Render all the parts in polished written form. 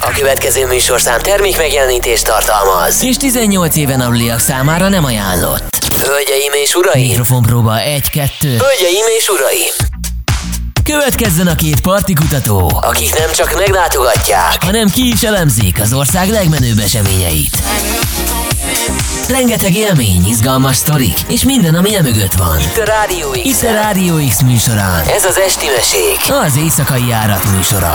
A következő műsorszám termékmegjelenítést tartalmaz, és 18 éven aluliak számára nem ajánlott. Hölgyeim és uraim! Mikrofonpróba 1-2. Hölgyeim és uraim! Következzen a két partikutató, akik nem csak meglátogatják, hanem ki is elemzik az ország legmenőbb eseményeit. Rengeteg élmény, izgalmas sztorik, és minden, ami mögött van. Itt a Rádió X műsorán. Ez az Esti Mesék, az éjszakai járat műsora.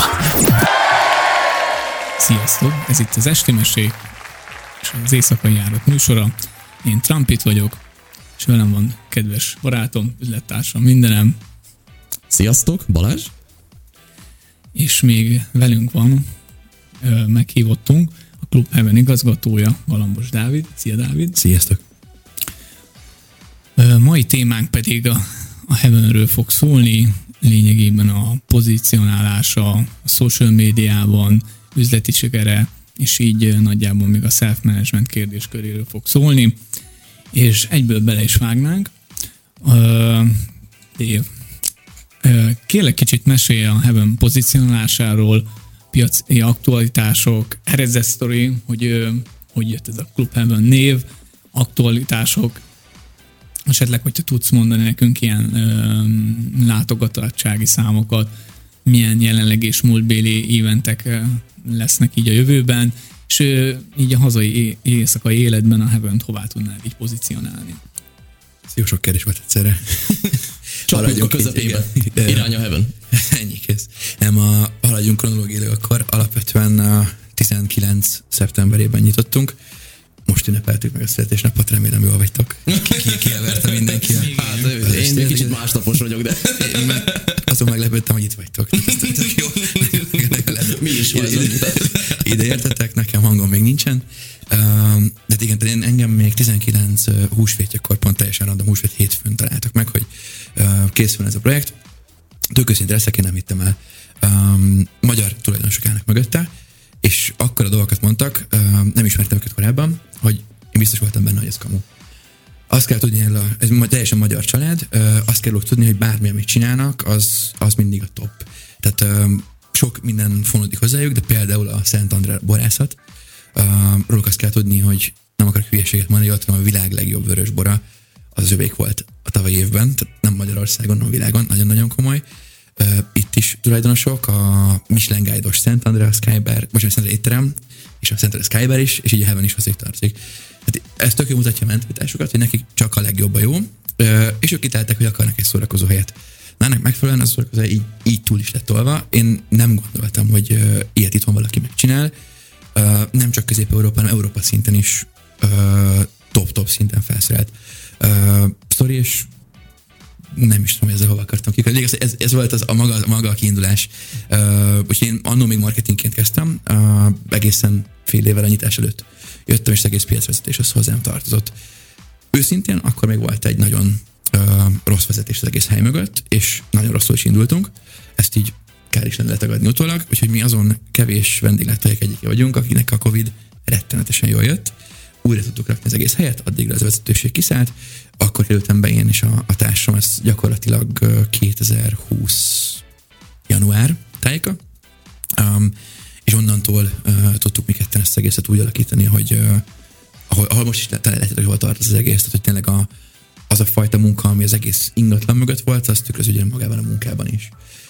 Sziasztok! Ez itt az Esti Mesék, és az éjszakai járat műsora. Én Trumpet vagyok, és velem van kedves barátom, üzlettársam, mindenem. Sziasztok, Balázs! És még velünk van, meghívottunk, a Club Heaven igazgatója, Galambos Dávid. Szia, Dávid! Sziasztok! Mai témánk pedig a Heavenről fog szólni, lényegében a pozicionálása a social médiában, üzleti sikere, és így nagyjából még a self-management kérdésköréről fog szólni, és egyből bele is vágnánk. Dave, kérlek kicsit mesélj a Heaven pozicionálásáról, piaci aktualitások, eredeti sztori, hogy jött ez a Club Heaven név, aktualitások, esetleg, hogyha tudsz mondani nekünk ilyen látogatottsági számokat, milyen jelenleg és múltbéli eventek lesznek így a jövőben, és így a hazai éjszakai életben a Heaven-t hová tudnád így pozícionálni? Jó sok kérdés volt egyszerre. Csapjunk a közepébe. Irány a Heaven. Ennyi kész. Nem, haladjunk kronológiailag akkor. Alapvetően 19 szeptemberében nyitottunk. Most ünnepeltük meg a születésnapot, remélem jól vagytok. Kielverte mindenki. Hát, én még kicsit másnapos vagyok, de... Azon meglepődtem, hogy itt vagytok. Jó. Mi is vagyunk. Ide értetek, nekem hangom még nincsen. De igen, engem még 19 húsvétjakor, pont teljesen random húsvét hétfőn találtak meg, hogy készül ez a projekt. Tök őszinte leszek, én nem hittem el. Magyar tulajdonosok állnak mögötte, és akkor a dolgokat mondtak, nem ismertem őket korábban, hogy én biztos voltam benne, hogy ez kamu. Azt kell tudni, ez teljesen magyar család, azt kell tudni, hogy bármi, amit csinálnak, az mindig a top. Tehát sok minden fonódik hozzájuk, de például a Szent András borászat, róluk azt kell tudni, hogy nem akarok hülyeséget mondani, hogy a világ legjobb vörös bora az övék volt a tavalyi évben, tehát nem Magyarországon, hanem a világon, nagyon-nagyon komoly. Itt is tulajdonosok, a Michelin Guide-os Szent András Skybar, Szent étterem, és a Szent András Skybar is, és így a Heaven is hozzájuk tartozik. Hát ez tök jó mutatja a mentalitásukat, hogy nekik csak a legjobb a jó, és ők kitálták, hogy akarnak egy szórakozó helyet. Na, ennek megfelelően az szórakozó hely így túl is lett tolva. Én nem gondoltam, hogy ilyet itthon valaki megcsinál. Nem csak Közép-Európa, hanem Európa szinten is top-top szinten felszerelt. Sztori, és nem is tudom, hogy ezzel hova akartam kikötni. Ez volt a maga a kiindulás. Úgyhogy én annól még marketingként kezdtem, egészen fél évvel a nyitás előtt jöttem, és az egész piacvezetés az hozzám tartozott. Őszintén akkor még volt egy nagyon rossz vezetés az egész hely mögött, és nagyon rosszul is indultunk. Ezt így kár is lenne letagadni utólag, úgyhogy mi azon kevés vendéglátóhelyek egyike vagyunk, akinek a Covid rettenetesen jól jött. Újra tudtuk rakni az egész helyet, addigra az vezetőség kiszállt, akkor kerültem be én és a társam, ez gyakorlatilag 2020 január tájéka, és onnantól tudtuk mi ketten ezt az egészet úgy alakítani, hogy ahol most is lehet, hova tart az egész, tehát hogy tényleg az a fajta munka, ami az egész ingatlan mögött volt, az tükröz ugye magában a munkában is.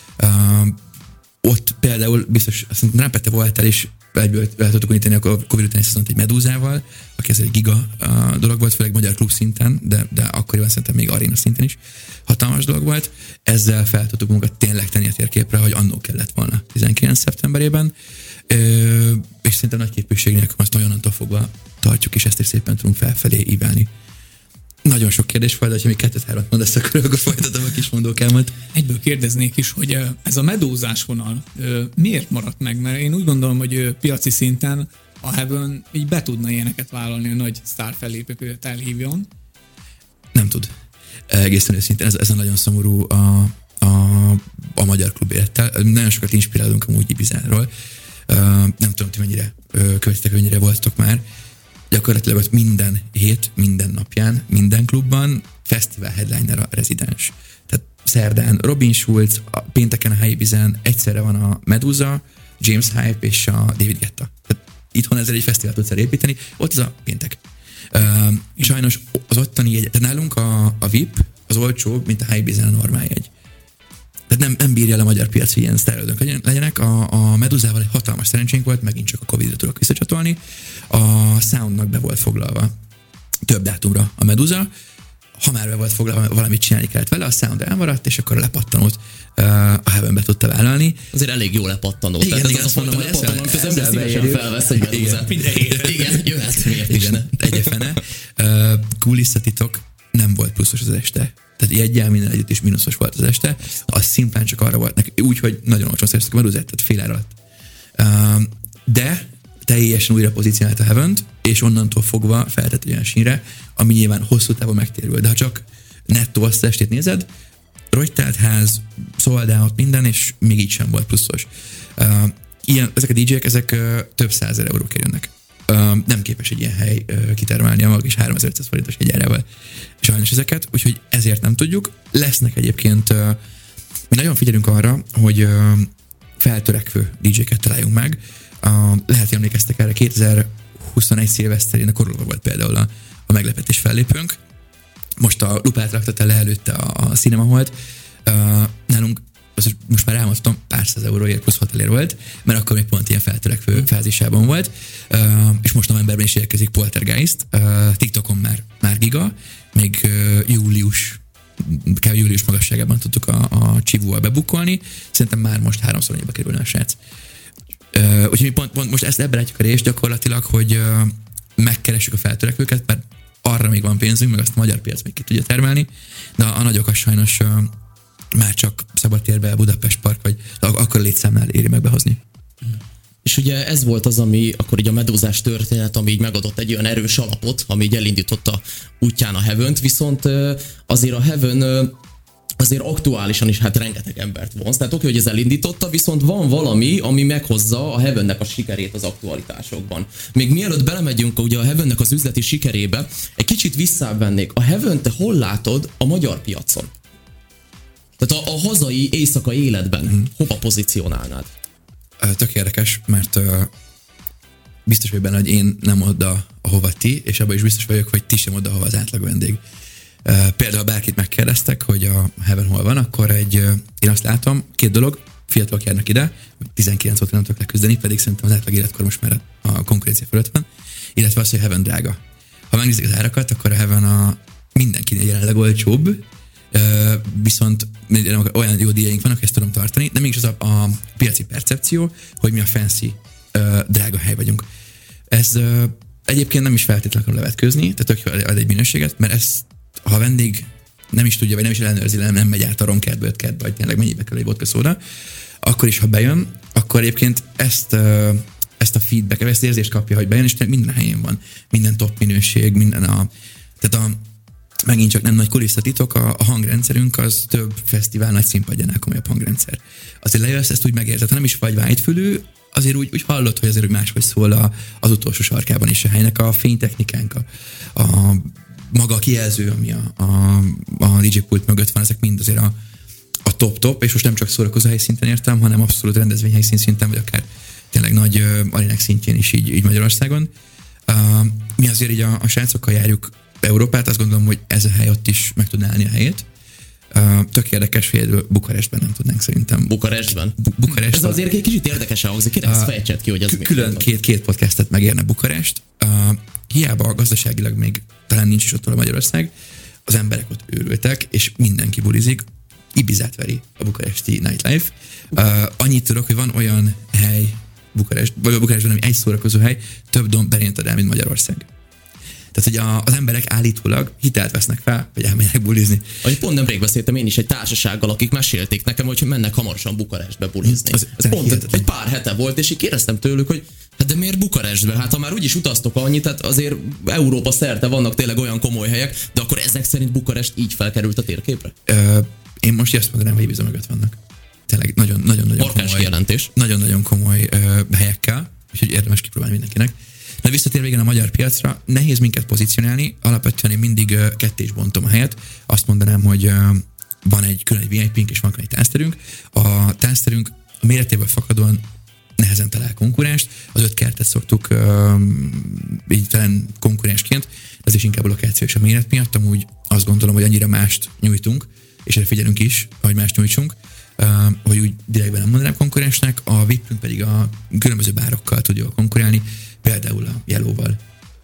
Ott például biztos, azt mondom, Rápete voltál, és egyből el tudtuk unítani a Covid után egy Medúzával, aki ez egy giga dolog volt, főleg magyar klub szinten, de akkoriban szerintem még aréna szinten is hatalmas dolog volt. Ezzel fel tudtuk munkat tényleg tenni a térképre, hogy annó kellett volna 19 szeptemberében, és szerintem nagy képviségnek azt olyannantól fogva tartjuk, és ezt is szépen tudunk felfelé ívelni. Nagyon sok kérdés volt, de ha még 2-3 mondasz, akkor folytatom a kis mondókámat. Egyből kérdeznék is, hogy ez a medúzás vonal miért maradt meg? Mert én úgy gondolom, hogy piaci szinten a Heaven így be tudna ilyeneket vállalni, a nagy sztár fellépőket elhívjon. Nem tud. Egészen őszintén, ez a nagyon szomorú a magyar klub élettel. Nagyon sokat inspirálunk amúgy Ibizáról. Nem tudom, hogy mennyire követitek, mennyire voltatok már. Gyakorlatilag ott minden hét, minden napján, minden klubban fesztivál headliner a rezidens. Tehát szerdán Robin Schulz, a pénteken a Helyi Bizen, egyszerre van a Medusa, James Hype és a David Guetta. Tehát itthon ezzel egy fesztivált tudsz építeni, ott az a péntek. Sajnos az ottani jegy, tehát nálunk a VIP az olcsóbb, mint a Hypebeazen a normál jegy. Tehát nem bírja le a magyar piac, hogy ilyen sztárölőnk legyenek. A Meduzával egy hatalmas szerencsénk volt, megint csak a Covid-ra tudok visszacsatolni. A Soundnak be volt foglalva több dátumra a Meduza. Ha már be volt foglalva, valamit csinálni kellett vele, a Sound elmaradt, és akkor a lepattanót a Heavenbe tudta vállalni. Azért elég jó lepattanó. Igen, tehát igen, az mondom, hogy lepattanó, amit az ember szívesen felvesz egy Meduzát. Igen, jöhet, miért is ne. Egyefene. Kulisszatitok, nem volt pluszos az este. Tehát jeggyel minden együtt is mínuszos volt az este. Az szimplán csak arra volt neki, úgyhogy nagyon olcsón szereztük a Meduzát, tehát fél ár alatt. De teljesen újra pozícionált a Heavent, és onnantól fogva feltett egy olyan sínre, ami nyilván hosszú távon megtérül. De ha csak nettó azt az estét nézed, rogytált ház, sold out minden, és még így sem volt pluszos. Ezek a DJ-ek, ezek több 100 000 eurókért jönnek. Nem képes egy ilyen hely kitermelni a maga is 3500 forintos jegyárával. Sajnos ezeket, úgyhogy ezért nem tudjuk. Lesznek egyébként, mi nagyon figyelünk arra, hogy feltörekvő DJ-ket találjunk meg. Lehet, hogy emlékeztek erre, 2021 szilveszterén a Korolva volt például a meglepetés fellépőnk. Most a Lupát raktata le előtte a Cinema Hall-t. Nálunk most már elmondtam, pár 100 euróért plusz hotelér volt, mert akkor még pont ilyen feltörekvő fázisában volt, és most novemberben is érkezik Poltergeist, TikTokon már giga, még július magasságában tudtuk a Csivúval bebukolni, szerintem már most 3-szor annyiba kerülne a srác. Úgyhogy mi pont most ezt ebbe látjuk a részt gyakorlatilag, hogy megkeressük a feltörekvőket, mert arra még van pénzünk, meg azt a magyar piac még ki tudja termelni, de a nagyokat sajnos már csak Szabadtérbe, Budapest Park, vagy akkor a létszámnál éri meg behozni. És ugye ez volt az, ami akkor így a medúzás történet, ami így megadott egy olyan erős alapot, ami így elindította útján a Heavent, viszont azért a Heaven azért aktuálisan is hát rengeteg embert vonz. Tehát oké, hogy ez elindította, viszont van valami, ami meghozza a Heavennek a sikerét az aktualitásokban. Még mielőtt belemegyünk ugye a Heavennek az üzleti sikerébe, egy kicsit visszavennék. A Heaven te hol látod a magyar piacon? Tehát a hazai éjszaka életben hova pozícionálnád? Tök érdekes, mert biztos vagy benne, hogy én nem oda, ahova ti, és abban is biztos vagyok, hogy ti sem oda, ahova az átlag vendég. Például, ha bárkit megkérdeztek, hogy a Heaven hol van, akkor én azt látom, 2 dolog, fiatalok járnak ide, 19 óta nem tudok leküzdeni, pedig szerintem az átlag életkor most már a konkurencia fölött van, illetve az, hogy a Heaven drága. Ha megnézik az árakat, akkor a Heaven mindenkinél jelenleg olcsóbb, viszont olyan jó díjaink vannak, hogy ezt tudom tartani, de mégis az a piaci percepció, hogy mi a fancy, drága hely vagyunk. Ez egyébként nem is feltétlenül levetkőzni, tehát ad egy minőséget, mert ez, ha a vendég nem is tudja, vagy nem is ellenőrzi, nem megy át a romkertből, vagy tényleg mennyibe kell egy vodka szóda, akkor is, ha bejön, akkor egyébként ezt a feedback, ezt érzést kapja, hogy bejön, és minden helyén van. Minden top minőség, megint csak nem nagy kulisszatitok, a hangrendszerünk az több fesztivál nagy színpadjánál komolyabb hangrendszer. Azért lejössz, ezt úgy megérzed, ha nem is vagy vágyfülű, azért úgy hallod, hogy azért úgy máshogy szól az utolsó sarkában is a helynek a fénytechnikánk, a maga a kijelző, ami a DJ pult mögött van, ezek mind azért a top, és most nem csak szórakozóhely szinten értem, hanem abszolút rendezvényhely szinten, vagy akár tényleg nagy arénák szintjén is így Magyarországon. Mi azért így a srácokkal járjuk Európát, azt gondolom, hogy ez a hely ott is meg tudná állni a helyét. Tök érdekes, hogy Bukarestben nem tudnánk szerintem. Bukarestben? Bukarest. Ez azért egy kicsit érdekesen hangzik, kire ezt fejtsed ki, hogy az külön két podcastet megérne Bukarest. Hiába gazdaságilag még talán nincs is ott a Magyarország, az emberek ott őrültek, és mindenki bulizik. Ibizát veri a bukaresti nightlife. Annyit tudok, hogy van olyan hely Bukarestben, ami egy szórakozó hely, több dombberint ad el, mint Magyarország. Tehát, hogy az emberek állítólag hitelt vesznek fel, hogy elmennek bulizni. Ahogy pont nemrég beszéltem én is egy társasággal, akik mesélték nekem, hogy mennek hamarosan Bukarestbe bulizni. Ez pont egy pár hete volt, és így kérdeztem tőlük, hogy hát de miért Bukarestbe? Hát ha már úgyis utaztok annyit, tehát azért Európa szerte vannak tényleg olyan komoly helyek, de akkor ezek szerint Bukarest így felkerült a térképre? Én most azt mondanám, hogy Ibiza mögött vannak. Tényleg nagyon-nagyon komoly jelentés. Nagyon-nagyon komoly helyekkel, úgyhogy érdemes kipróbálni mindenkinek. De visszatérve igen a magyar piacra, nehéz minket pozícionálni, alapvetően én mindig ketté is bontom a helyet. Azt mondanám, hogy van egy külön egy VIP-nk és van egy tánzterünk. A tánzterünk a méretéből fakadóan nehezen talál konkurenst. Az 5 kertet szoktuk így talán konkurensként, ez is inkább a lokáció és a méret miatt. Amúgy azt gondolom, hogy annyira mást nyújtunk, és erre figyelünk is, hogy mást nyújtsunk, hogy úgy direktben nem mondanám konkurensnek, a VIP-ünk pedig a különböző bárokkal tudja konkurálni, például a Yellow-val.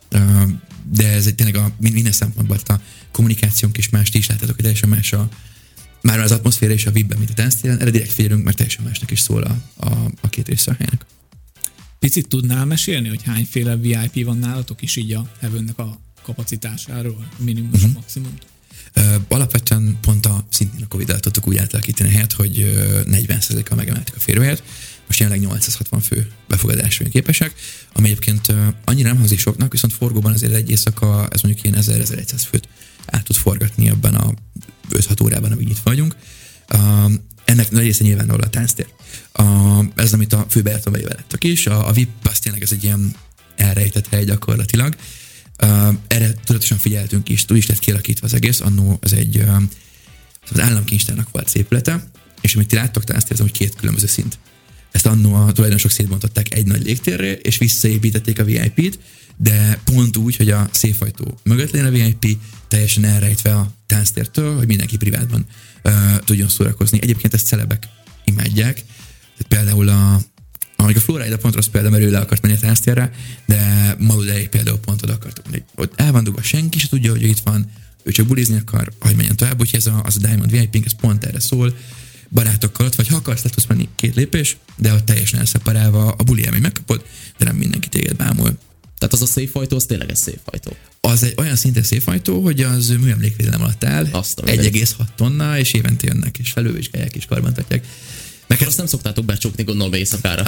De ez tényleg minden szempontból a kommunikációnk is más, ti is látjátok, hogy teljesen más már az atmoszféra és a VIP-ben, mint a tánctéren, erre direkt figyelünk, mert teljesen másnak is szól a két része a helynek. Picit tudnál mesélni, hogy hányféle VIP van nálatok, és így a Heavennek a kapacitásáról, minimum és maximum? Alapvetően pont szintén a Covid-dal tudtuk úgy átalakítani a helyet, hogy 40%-kal megemeltük a férőhelyet. Most jelenleg 860 fő befogadásra képesek, ami egyébként annyira nem hangzik soknak, viszont forgóban azért egy éjszaka, ez mondjuk ilyen 1000-1100 főt át tud forgatni ebben a 5-6 órában, amíg itt vagyunk. Ennek nagy része nyilván a tánctér. Ez, amit a főbejáraton bejövelettek is, a VIP, az tényleg ez egy ilyen elrejtett hely gyakorlatilag. Erre tudatosan figyeltünk is, úgy is lett kialakítva az egész, annó ez az államkincstárnak volt szépülete, és amit ti láttok tánctér, ez hogy 2 különböző szint. Ezt annó a tulajdonosok szétbontották egy nagy légtérre, és visszaépítették a VIP-t, de pont úgy, hogy a széfajtó mögött legyen a VIP, teljesen elrejtve a tánctértől, hogy mindenki privátban tudjon szórakozni. Egyébként ezt celebek imádják. Tehát például a Florida pont rossz példa, mert ő le akart menni a tánctérre, de Maludei például pont oda akartak menni. Ott el van dugva, senki se tudja, hogy itt van, ő csak bulizni akar, hogy menjen tovább, úgyhogy ez a Diamond VIP-ink, ez pont erre szól, barátokkal ott, vagy ha akarsz, le tudsz menni 2 lépés, de ott teljesen elszeparálva a buli élmény megkapod, de nem mindenki téged bámul. Tehát az a széfajtó, az tényleg egy széfajtó. Az egy olyan szinten széfajtó, hogy az műemlékvédelem alatt áll, 1,6 tonna, és évente jönnek, és felülvizsgálják, és karbantartják. Meg azt nem szoktátok becsukni, gondolom, éjszakára.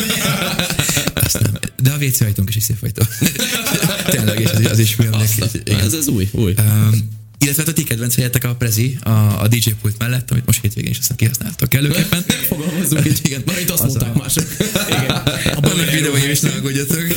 Azt nem. De a WC ajtónk is egy széfajtó. Tényleg, és az is műemlék. Ez új. Illetve a ti kedvenc helyetek a Prezi, a DJ pult mellett, amit most hétvégén is aztán kihasználtak kellőképpen. Fogalmazzunk így, igen. Majd azt mondták mások. Igen. Abban a videóim is ne aggódjatok.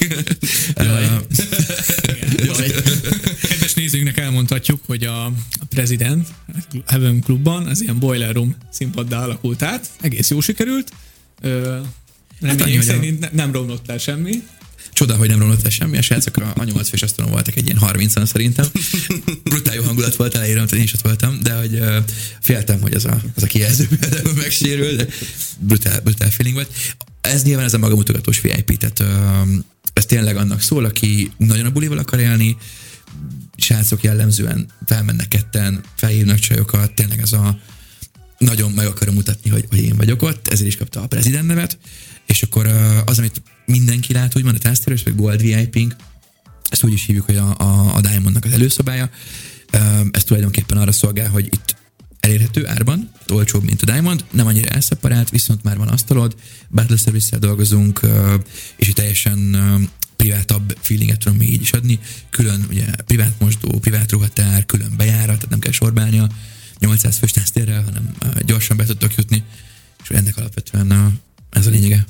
Kedves nézőknek elmondhatjuk, hogy a President Heaven Clubban az ilyen Boiler Room színpaddá alakult át. Egész jó sikerült. Reményeink szerint nem romlott el semmi. Csoda, hogy nem romlott el semmi, a srácok a 8 fős asztalon voltak egy ilyen 30-an szerintem. Brutál jó hangulat volt elejére, amit én is ott voltam, de hogy féltem, hogy az a kijelző például megsérül, de brutál feeling volt. Ez nyilván ez a magamutogatós VIP, tehát ez tényleg annak szól, aki nagyon a bulival akar élni, srácok jellemzően felmennek ketten, felhívnak csajokat, tényleg ez nagyon meg akarom mutatni, hogy én vagyok ott, ezért is kapta a President nevet, és akkor az, amit mindenki lát, úgymond a tánctéről, meg Gold VIP-ink, ezt úgy is hívjuk, hogy a Diamondnak az előszobája. Ez tulajdonképpen arra szolgál, hogy itt elérhető árban, olcsóbb, mint a Diamond, nem annyira elszeparált, viszont már van asztalod, battle service-szel dolgozunk, és itt teljesen privátabb feelinget tudom még így is adni. Külön ugye privát mosdó, privát ruhatár, külön bejárat, tehát nem kell sorbálni a 800 fős tánctérrel, hanem gyorsan be tudtok jutni, és ennek alapvetően ez a lényege.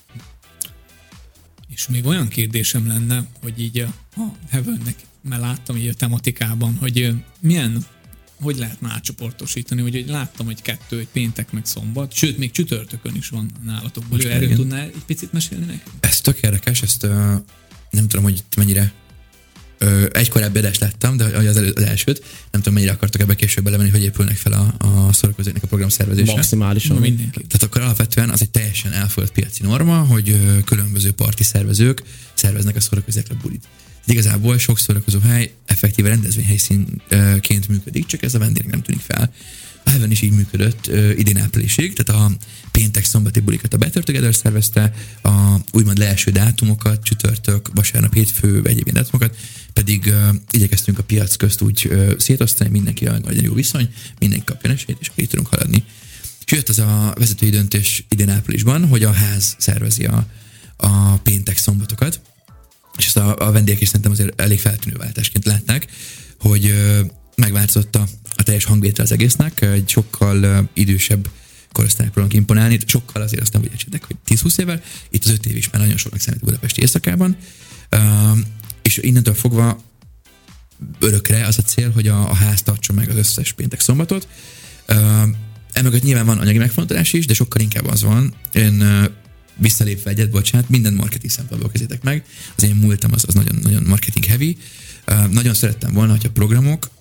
És még olyan kérdésem lenne, hogy így a Heavennek, mert láttam így a tematikában, hogy hogy lehet átcsoportosítani, hogy láttam, hogy 2, egy péntek meg szombat, sőt, még csütörtökön is van nálatok. Erről tudnál egy picit mesélni nekünk? Ez tök érdekes, ezt nem tudom, hogy mennyire egy korábbi adást láttam, de az elsőt, nem tudom, mennyire akartak ebbe később belemenni, hogy épülnek fel a szórakozóknak a program szervezése. Maximálisan mindenki. Tehát akkor alapvetően az egy teljesen elfogadott piaci norma, hogy különböző parti szervezők szerveznek a szórakozókra bulit. Igazából sok szórakozó hely effektíve rendezvényhelyszínként működik, csak ez a vendégnek nem tűnik fel. A Heaven is így működött idén áprilisig, tehát a péntek-szombati bulikat a Better Together szervezte, a úgymond leeső dátumokat, csütörtök, vasárnap, hétfő, egyéb ilyen dátumokat, pedig igyekeztünk a piac közt úgy szétosztani, mindenki legyen jó viszony, mindenki kapjon esélyt, és így tudunk haladni. És jött az a vezetői döntés idén áprilisban, hogy a ház szervezi a péntek-szombatokat, és ezt a vendégek is szerintem azért elég feltűnő váltásként látnák, hogy megváltozott a teljes hangvétel az egésznek, egy sokkal idősebb korosztálynak próbálunk imponálni, sokkal azért azt nem úgy értsétek, hogy 10-20 évvel, itt az 5 év is már nagyon soknak számít budapesti éjszakában, és innentől fogva örökre az a cél, hogy a ház tartsa meg az összes péntek-szombatot. Emögött nyilván van anyagi megfontolás is, de sokkal inkább az van, én visszalépve egyet, bocsánat, minden marketing szempontból kezdjétek meg. Az én múltam az nagyon marketing heavy. Nagyon szerettem volna, hogy a programok,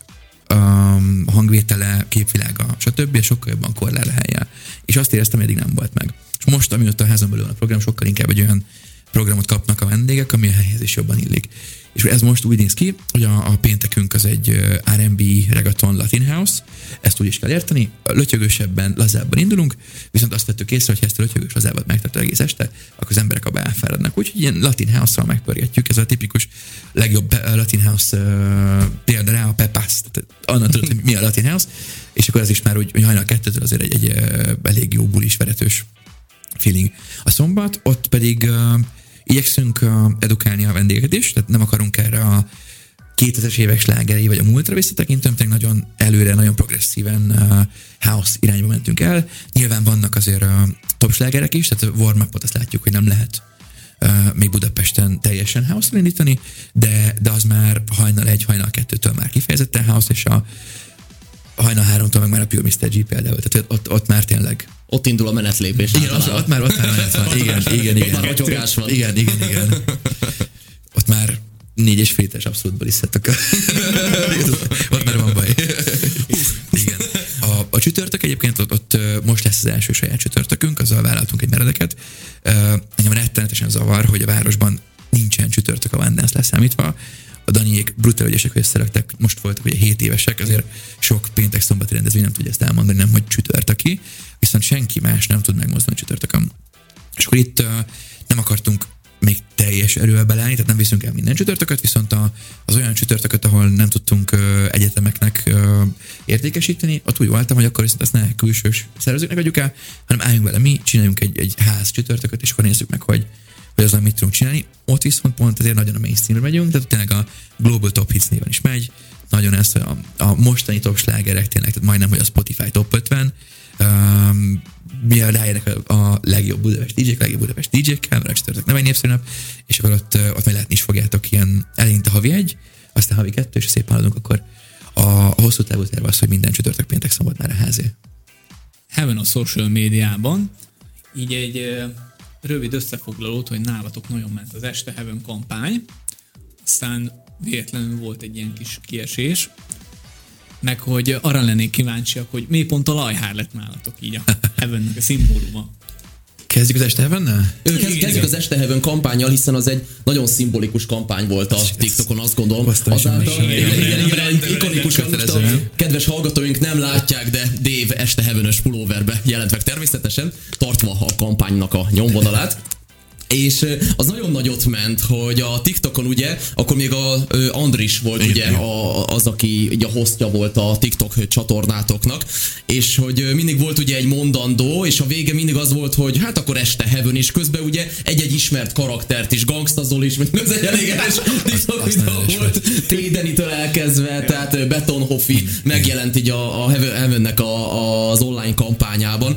hangvétele, képvilága, stb. Sokkal jobban korlál a helyen. És azt éreztem, hogy eddig nem volt meg. És most, amióta a házon belül van a program, sokkal inkább egy olyan programot kapnak a vendégek, ami a helyhez is jobban illik. És ez most úgy néz ki, hogy a péntekünk az egy R&B, reggaeton, latin house, ezt úgy is kell érteni, lötyögősebben, lazábban indulunk, viszont azt vettük észre, hogy ezt a lötyögős lazábbat megtartja egész este, akkor az emberek abba elfáradnak. Úgyhogy ilyen latin house-szal megpörgetjük, ez a tipikus legjobb latin house példa rá a Pepas, tehát annak tudod, hogy mi a latin house, és akkor ez is már úgy, hogy hajnal 2-től azért egy elég jó bulis, veretős feeling. A szombat, ott pedig igyekszünk edukálni a vendégeket is, tehát nem akarunk erre a 2000-es évek slágerei vagy a múltra visszatekintően, pedig nagyon előre, nagyon progresszíven house irányba mentünk el. Nyilván vannak azért top slágerek is, tehát a warm-upot azt látjuk, hogy nem lehet még Budapesten teljesen house-ra indítani, de az már hajnal 1, hajnal 2-től már kifejezetten house, és a hajnal 3-tól meg már a Pure Mr. G például, tehát ott már tényleg ott indul a menetlépés. Igen, ott már menet van. Igen. Ott már ratyogás van. Igen. Ott már 4,5 literes abszolútból iszhattak. Ott már van baj. Igen. A csütörtök egyébként ott most lesz az első saját csütörtökünk, azzal vállaltunk egy meredeket. Engem rettenetesen zavar, hogy a városban nincsen csütörtök a Vandance leszámítva. A Daniék brutál ügyesek, hogy összeraktak, most voltak ugye 7 évesek, azért sok péntek szombati rendezvény nem tudja ezt elmondani, nem hogy csütörtöki, viszont senki más nem tud megmozdulni csütörtökön. És akkor itt nem akartunk még teljes erővel beleállni, tehát nem viszünk el minden csütörtököt, viszont az olyan csütörtököt, ahol nem tudtunk egyetemeknek értékesíteni, ott úgy voltam, hogy akkor viszont ezt ne külsős szervezőknek adjuk el, hanem álljunk vele mi, csináljunk egy ház csütörtököt, és akkor nézzük meg, hogy azon mit tudunk csinálni. Ott viszont pont azért nagyon a mainstreamre megyünk, tehát tényleg a Global Top Hits néven is megy, nagyon ez a mostani top slágerek tényleg, tehát majdnem, hogy a Spotify Top 50, mi rájönnek a legjobb Budapest DJ-kkel, mert a csütörtök nem egy népszerű nap, és akkor ott majd látni is fogjátok ilyen eleinte havi 1, aztán havi 2, és szépen haladunk, akkor a hosszú távú terv az, hogy minden csütörtök, péntek, szombat már a házé. Heaven a social médiában, így egy rövid összefoglalót, hogy nálatok nagyon ment az Este Heaven kampány, aztán véletlenül volt egy ilyen kis kiesés, meg hogy arra lennék kíváncsiak, hogy mi pont a Lajhár lett nálatok így a Heavennek a szimbóluma. Kezdjük az Este Heavennel? Kezdjük az Este Heaven kampánnyal, hiszen az egy nagyon szimbolikus kampány volt a TikTokon, azt gondolom. Ikonikus. Kedves hallgatóink nem látják, de Dave Este Heaven-ös pulóverbe jelent meg természetesen, tartva a kampánynak a nyomvonalát. És az nagyon nagyot ment, hogy a TikTokon ugye, akkor még a Andris volt ugye az, aki ugye a hostja volt a TikTok csatornátoknak, és hogy mindig volt ugye egy mondandó, és a vége mindig az volt, hogy hát akkor Este Heaven is, közben ugye egy ismert karaktert is, Gangsta Zoli is, ez egy elég erős TikTok videó volt, Tlédenitől elkezdve, tehát Beton Hoffi megjelent így a Heavennek az online kampányában.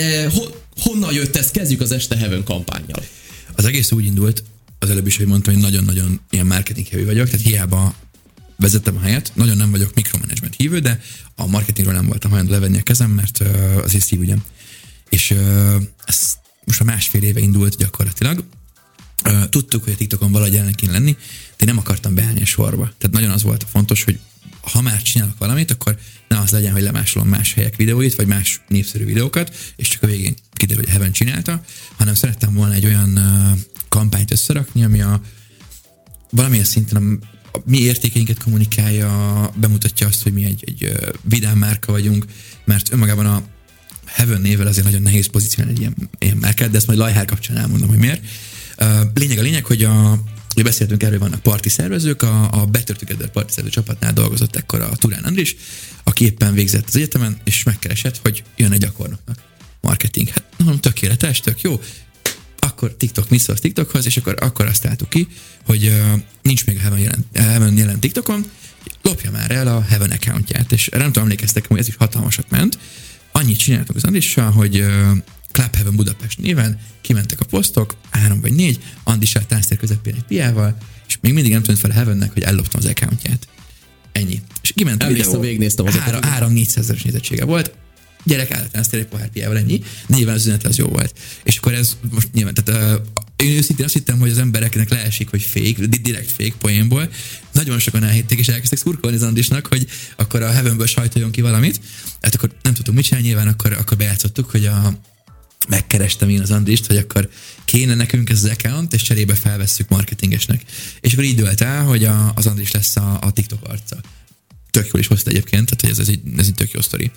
Honnan jött ez? Kezdjük az Este Heaven kampánnyal. Az egész úgy indult, az előbb is, hogy mondtam, hogy nagyon-nagyon ilyen marketing heavy vagyok, tehát hiába vezettem a helyet, nagyon nem vagyok mikromanagement hívő, de a marketingről nem voltam hajlandó levenni a kezem, mert azért szívügyem. És ez most már 1,5 éve indult gyakorlatilag. Tudtuk, hogy a TikTokon valahogy jelen kéne lenni, de én nem akartam beállni a sorba. Tehát nagyon az volt fontos, hogy ha már csinálok valamit, akkor ne az legyen, hogy lemásolom más helyek videóit, vagy más népszerű videókat, és csak a végén kiderül, hogy Heaven csinálta, hanem szerettem volna egy olyan kampányt összerakni, ami valamilyen szinten a mi értékeinket kommunikálja, bemutatja azt, hogy mi egy vidám márka vagyunk, mert önmagában a Heaven névvel azért nagyon nehéz pozícionálni egy ilyen márkát, de ezt majd Lajhár kapcsán elmondom, hogy miért. Lényeg, hogy hogy beszéltünk erről, vannak parti szervezők, a Better Together parti szervező csapatnál dolgozott ekkor a Turán Andris, aki éppen végzett az egyetemen, és megkeresett, hogy jön egy gyakornoknak marketing. Hát tökéletes, tök jó. Akkor TikTok, mi szólsz TikTokhoz, és akkor azt álltuk ki, hogy nincs még a Heaven jelen TikTokon, lopja már el a Heaven accountját, és nem tudom, emlékeztek, hogy ez is hatalmasat ment. Annyit csináltunk az Andrissal, hogy Club Heaven Budapest néven kimentek a posztok, 3 vagy 4, Andrissal tánctér közepén egy piával, és még mindig nem tűnt fel a Heavennek, hogy elloptam az accountját. Ennyi. És kiment a videó. Végignéztem az 3-400 ezeres nézettsége volt. gyerek állítani, azt egy pohár piával, ennyi. De nyilván az üzenet az jó volt. És akkor ez most nyilván, tehát én őszintén azt hittem, hogy az embereknek leesik, hogy fake, direkt fake poénból. Nagyon sokan elhitték, és elkezdtek szurkolni az Andrisnak, hogy akkor a Heavenből sajtoljon ki valamit. Hát akkor nem tudtunk mit csinálni, nyilván akkor bejátszottuk, hogy megkerestem én az Andrist, hogy akkor kéne nekünk ez az account, és cserébe felvesszük marketingesnek. És akkor így dőlt el, hogy az Andris lesz a TikTok arca. Tök jól is hozta egyébként, tehát hogy ez egy tök jó sztori.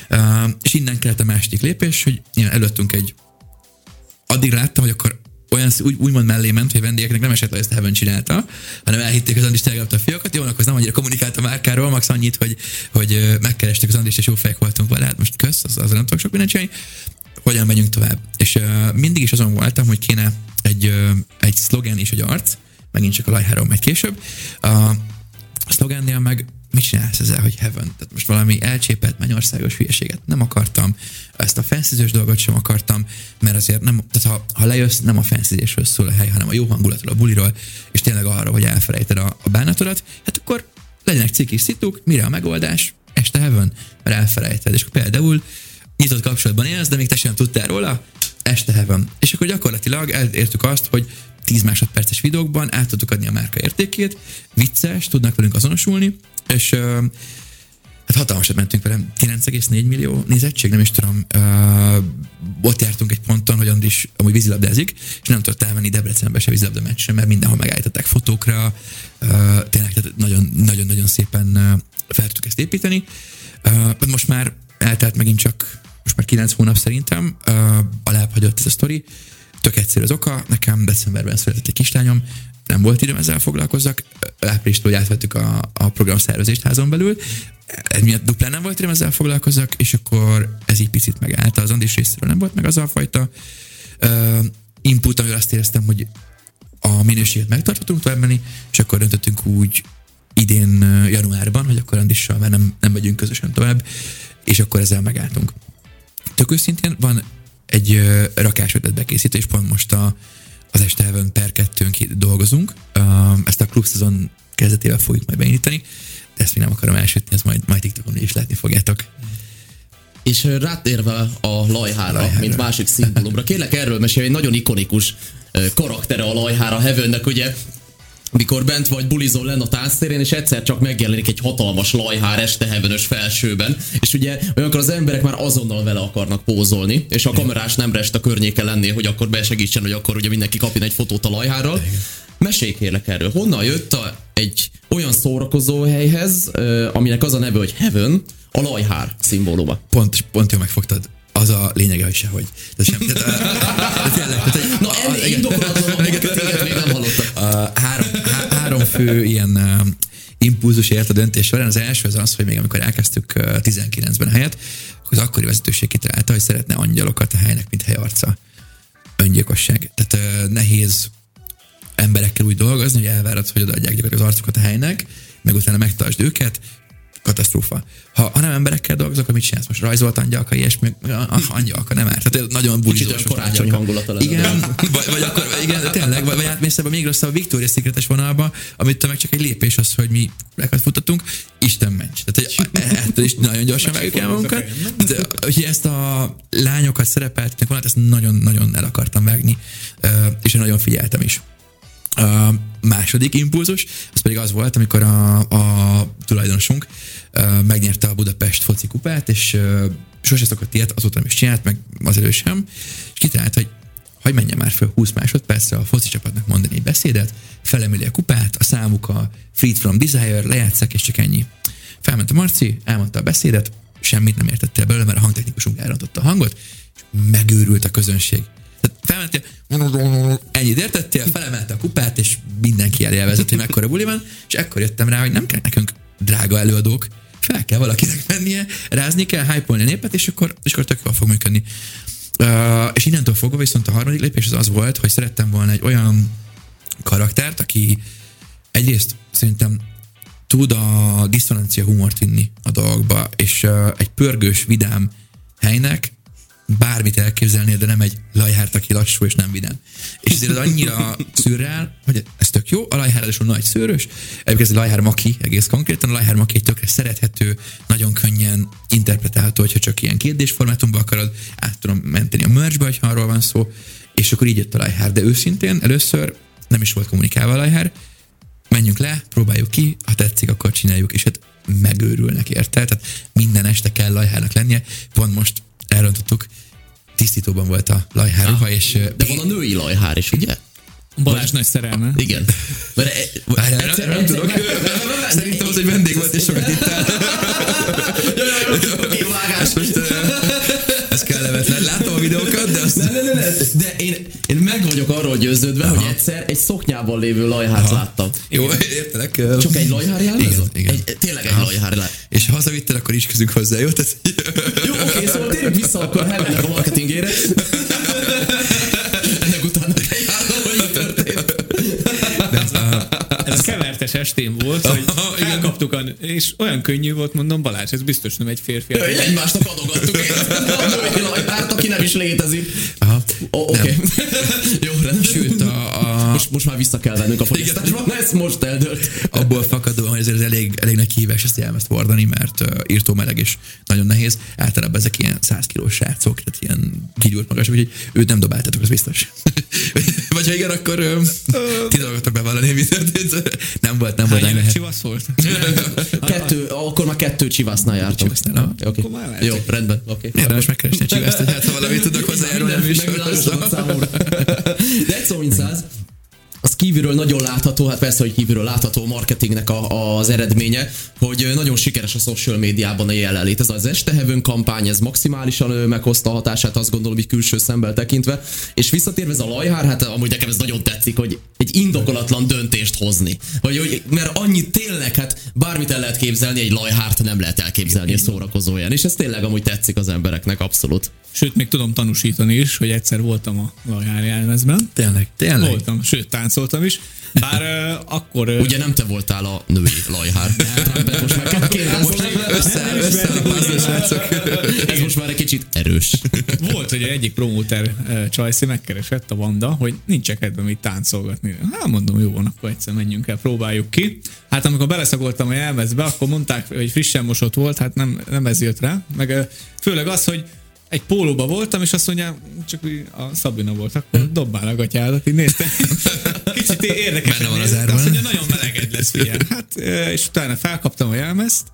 És innen kellett a második lépés, hogy előttünk addig láttam, hogy akkor olyan úgymond mellé ment, hogy a vendégeknek nem esett le, ezt a Heaven csinálta, hanem elhitték, az Andris telegrafta a fiakat, jó, akkor az nem annyira kommunikált a márkáról, max annyit, hogy megkerestük az Andrist, és jó fejek voltunk vele, hát most kösz, az nem tudok sok mindent csinálni, hogyan megyünk tovább. És mindig is azon voltam, hogy kéne egy szlogen és egy arc, megint csak a lajháról majd később. A szlogennél meg mit csinálsz ezzel, hogy Heaven? Tehát most valami elcsépelt mennyországos hülyeséget nem akartam, ezt a fancyzős dolgot sem akartam, mert azért nem, tehát ha lejössz, nem a fancyzésről szól a hely, hanem a jó hangulatról, a buliról, és tényleg arról, hogy elfelejted a bánatodat, hát akkor legyenek cikis szituk, mire a megoldás? Este Heaven, mert elfelejted. És akkor például nyitott kapcsolatban élsz, de még te sem tudtál róla, este Heaven. És akkor gyakorlatilag elértük azt, hogy 10 másodperces videókban át tudtuk adni a márka értékét, vicces, tudnak velünk azonosulni, és hát hatalmasat mentünk velem, 9,4 millió nézettség, nem is tudom, ott jártunk egy ponton, hogy Andris amúgy vízilabdázik, és nem tudott elmenni Debrecenbe se vízilabda meccsen, mert mindenhol megállították fotókra, tényleg nagyon-nagyon szépen fel tudtuk ezt építeni. Most már eltelt megint csak, most már 9 hónap szerintem, alább hagyott ez a sztori. Tök egyszerű az oka, nekem decemberben született egy kislányom, nem volt időm ezzel foglalkozzak, áprilistól átvettük a programszervezést házon belül, miatt duplán nem volt időm ezzel foglalkozzak, és akkor ez így picit megállt, az Andris részéről nem volt meg az a fajta input, amivel azt éreztem, hogy a minőséget megtarthatunk tovább menni, és akkor döntöttünk úgy idén januárban, hogy akkor Andrissal már nem megyünk közösen tovább, és akkor ezzel megálltunk. Tök őszintén van egy rakásötlet bekészítés, pont most az Este Heaven per 2-n dolgozunk. Ezt a klubszezon kezdetével fogjuk majd beindítani, de ezt még nem akarom elsütni, ezt majd TikTokon is látni fogjátok. És rátérve a lajhára, mint másik szimbólumra, kérlek erről mesélj, egy nagyon ikonikus karaktere a lajhára Heavennek, ugye, mikor bent vagy bulizol lenn a tánctérén, és egyszer csak megjelenik egy hatalmas lajhár Este Heaven-ös felsőben, és ugye olyankor az emberek már azonnal vele akarnak pózolni, és a kamerás nem rest a környéke lennél, hogy akkor besegítsen, hogy akkor ugye mindenki kapjon egy fotót a lajhárral. Mesélj kérlek erről, honnan jött egy olyan szórakozó helyhez, aminek az a neve, hogy Heaven, a lajhár szimbóluma? Pont jól megfogtad. Az a lényege, hogy sehogy. Na, ennél indokolatlan a marketinget még nem hallottak. Három fő ilyen impulzus ért a döntés során. Az első az, hogy még amikor elkezdtük 19-ben a helyet, az akkori vezetőség kitalálta, hogy szeretne angyalokat a helynek, mint helyarca. Öngyilkosság. Tehát nehéz emberekkel úgy dolgozni, hogy elvárad, hogy odaadják gyakorlatilag az arcukat a helynek, meg utána megtartsd őket, katasztrófa. Ha nem emberekkel dolgozok, akkor mit csinálsz? Most rajzolt angyalka, ilyesmi, angyalka nem árt. Tehát nagyon bulizós. Karácsony hangulata lenne. Igen, vagy akkor, igen, tényleg, vagy átmész ebbe még rosszabb a Victoria's Secret-es vonalba, amit meg csak egy lépés az, hogy mi rekat futottunk, Isten ments. Tehát ettől is nagyon gyorsan vágjuk el magunkat. Hogy ezt a lányokat szerepeltetnek volna, ezt nagyon-nagyon el akartam vágni, és nagyon figyeltem is. A második impulzus, az pedig az volt, amikor a tulajdonosunk megnyerte a Budapest foci kupát, és sose szokott ilyet, azóta nem is csinált, meg azért sem, és kitalált, hogy menjen már föl 20 másodpercre a foci csapatnak mondani egy beszédet, felemeli a kupát, a számuk a Freed from Desire, lejátszák, és csak ennyi. Felment a Marci, elmondta a beszédet, semmit nem értette belőle, mert a hangtechnikusunk elrontotta a hangot, és megőrült a közönség. Felmentél, ennyit értettél, felemelte a kupát, és mindenki elélvezett, hogy mekkora buli van, és ekkor jöttem rá, hogy nem kell nekünk drága előadók, fel kell valakinek mennie, rázni kell, hype-olni a népet, és akkor tök jól fog működni. És innentől fogva viszont a harmadik lépés az volt, hogy szerettem volna egy olyan karaktert, aki egyrészt szerintem tud a diszonancia humort vinni a dolgokba, és egy pörgős, vidám helynek bármit elképzelnél, de nem egy lajhárt, aki lassú és nem vidám. És ezért az annyira szürreál, hogy ez tök jó, a lajhár ráadásul nagy szőrös, egyébként ez a lajhár maki egész konkrétan, a lajhár maki egy tökre szerethető, nagyon könnyen interpretálható, hogyha csak ilyen 2D formátumban akarod, át tudom menteni a merge-be, ha arról van szó, és akkor így jött a lajhár, de őszintén először nem is volt kommunikálva a lajhár, menjünk le, próbáljuk ki, ha tetszik, akkor csináljuk, és hát megőrülnek érte, tehát minden este kell lajhárnak lennie, pont most elrontottuk, tisztítóban volt a lajháruha, és... De van a női lajhár is, ugye? Balázs nagy szerelme. Igen. Nem tudok. Szerintem az egy vendég volt, és sokat ittál. Kivágás. Most ez kellemetlen. Látom a videókat, de azt... Nem. De én meg vagyok arról győződve, hogy egyszer egy szoknyában lévő lajhárt láttam. Jó, értelek. Csak egy lajhár jelmező? Igen. Tényleg egy lajhár jelmező. És ha hazavittel, akkor isközünk hozzá, jó? Jó, oké, szóval térjünk vissza akkor Heavennek a marketingére. Ennek utána kell járnom, hogy mi történt. Ez kevertes estén volt, hogy elkaptuk, és olyan könnyű volt, mondom, Balázs, ez biztos nem egy férfi. Egymásnak adogattuk a női lajhárt, aki nem is létezik. Oké. Jó, rendben. Sőt, most már vissza kell vennünk a fogyasztásba, ez most eldőlt. Abból fakadóan, hogy ez elég nagy kihívás ezt jelmezt hordani, mert írtó meleg és nagyon nehéz. Általában ezek ilyen 100 kilós srácok, tehát ilyen kigyúrt magas, úgyhogy őt nem dobáltatok, az biztos. Vagy ha igen, akkor ti dolgotok bevallani, mi történt. Nem volt. Hány csivasz volt? Akkor már 2 csivásznál jártam. Okay. Jó, rendben. Okay. Érdemes megkeresni a csivászt, hogy hát ha valamit tudok hozzájárulni a műsorhoz. De egy szó, mint 100. Az kívülről nagyon látható, hát persze, hogy kívülről látható a marketingnek az eredménye, hogy nagyon sikeres a social médiában a jelenlét. Ez az Estehevőn kampány, ez maximálisan meghozta a hatását, azt gondolom, hogy külső szemmel tekintve. És visszatérve ez a lajhár, hát amúgy nekem ez nagyon tetszik, hogy egy indokolatlan döntést hozni. Mert annyit tényleg, hát bármit el lehet képzelni, egy lajhárt nem lehet elképzelni a szórakozóján. És ez tényleg amúgy tetszik az embereknek, abszolút. Sőt, még tudom tanúsítani is, hogy egyszer voltam a lajhár jelmezben. Tényleg. Voltam, sőt, táncoltam is. Bár akkor... Ugye nem te voltál a női lajhár. Most már összeáll a puzzle, srácok. Ez most már egy kicsit erős. Volt, hogy egyik promóter Csajci megkeresett a Vanda, hogy nincs kedvem itt táncolgatni. Hát mondom, jó van, akkor egyszer menjünk el, próbáljuk ki. Hát amikor beleszagoltam a jelmezbe, akkor mondták, hogy frissen mosott volt, hát nem ez jött rá. Meg főleg az, hogy egy pólóba voltam, és azt mondja, csak a Szabina volt, akkor dobbál a gatyádat, így néztem. Kicsit érdekes. Benne van az árban. Azt mondja, nagyon meleged lesz, figyelj. Hát, és utána felkaptam a jelmezt.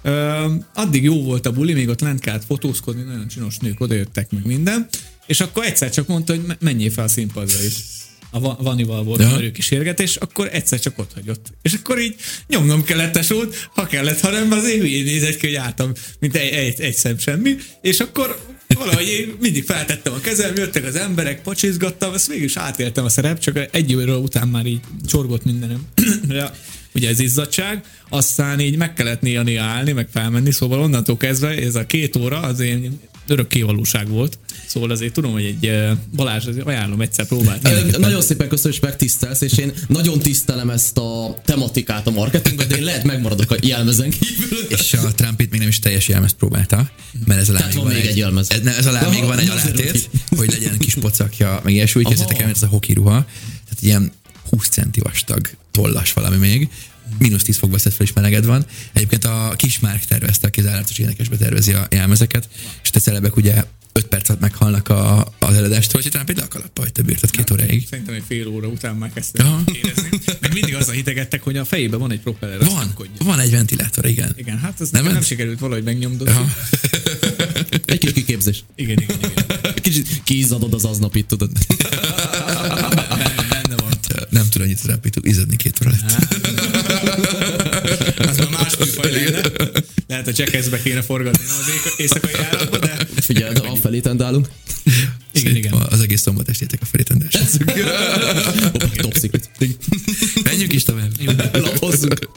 Addig jó volt a buli, még ott lent kellett fotózkodni, nagyon csinos nők odajöttek meg minden. És akkor egyszer csak mondta, hogy menjél fel a színpadra is. A Vanival volt a kísérgetés, akkor egyszer csak ott hagyott. És akkor így nyomnom kellett a sót, ha kellett, ha nem, azért hülyén nézett ki, hogy álltam, mint egy szem semmi. És akkor valahogy én mindig feltettem a kezem, jöttek az emberek, pacsizgattam, ezt mégis átéltem a szerep, csak egy óra után már így csorgott mindenem. Ugye ez izzadság, aztán így meg kellett néha állni, meg felmenni, szóval onnantól kezdve ez a 2 óra az én örök kévalóság volt. Szóval azért tudom, hogy egy Balázs, azért ajánlom, egyszer próbált. Nagyon szépen köszönöm, hogy megtisztelsz, és én nagyon tisztelem ezt a tematikát a marketingben, de én lehet megmaradok a jelmezen kívül. És a Trumpet még nem is teljes jelmezt próbálta, mert ez alá van még egy jelmez. Ez alá még van egy alátét, hogy legyen kis pocakja, meg ilyesmi, úgy kezdetek el, ez a hoki ruha, tehát ilyen 20 centi vastag tollas valami még, -10 fokba veszed fel, és meleged van. Egyébként a Kismárk tervezte, aki az Állatos Énekesbe tervezi a jelmezeket, és a celebek ugye 5 percet meghalnak az előadástól, és talán például a kalappal, hogy te bírtad 2 óráig. Szerintem egy fél óra után már kezdtem érezni. Meg mindig azzal hitegettek, hogy a fejében van egy propeller. Van egy ventilátor, igen. Igen, hát ez nem sikerült valahogy megnyomdodni. Egy kis kiképzés. Igen. Kicsit kiizzadod az aznapit, tudod. Benne van. Nem tud annyit rápító, izzadni 2 óra lett. Az már más műfaj lenne. Lehet a Jackassbe kéne forgatni az éjszakai járatba, de... Figyelj, a felé tendálunk. Igen. Az egész szombat estétek a felé tendálunk. Top secret. Menjünk is tovább. Lapozzunk.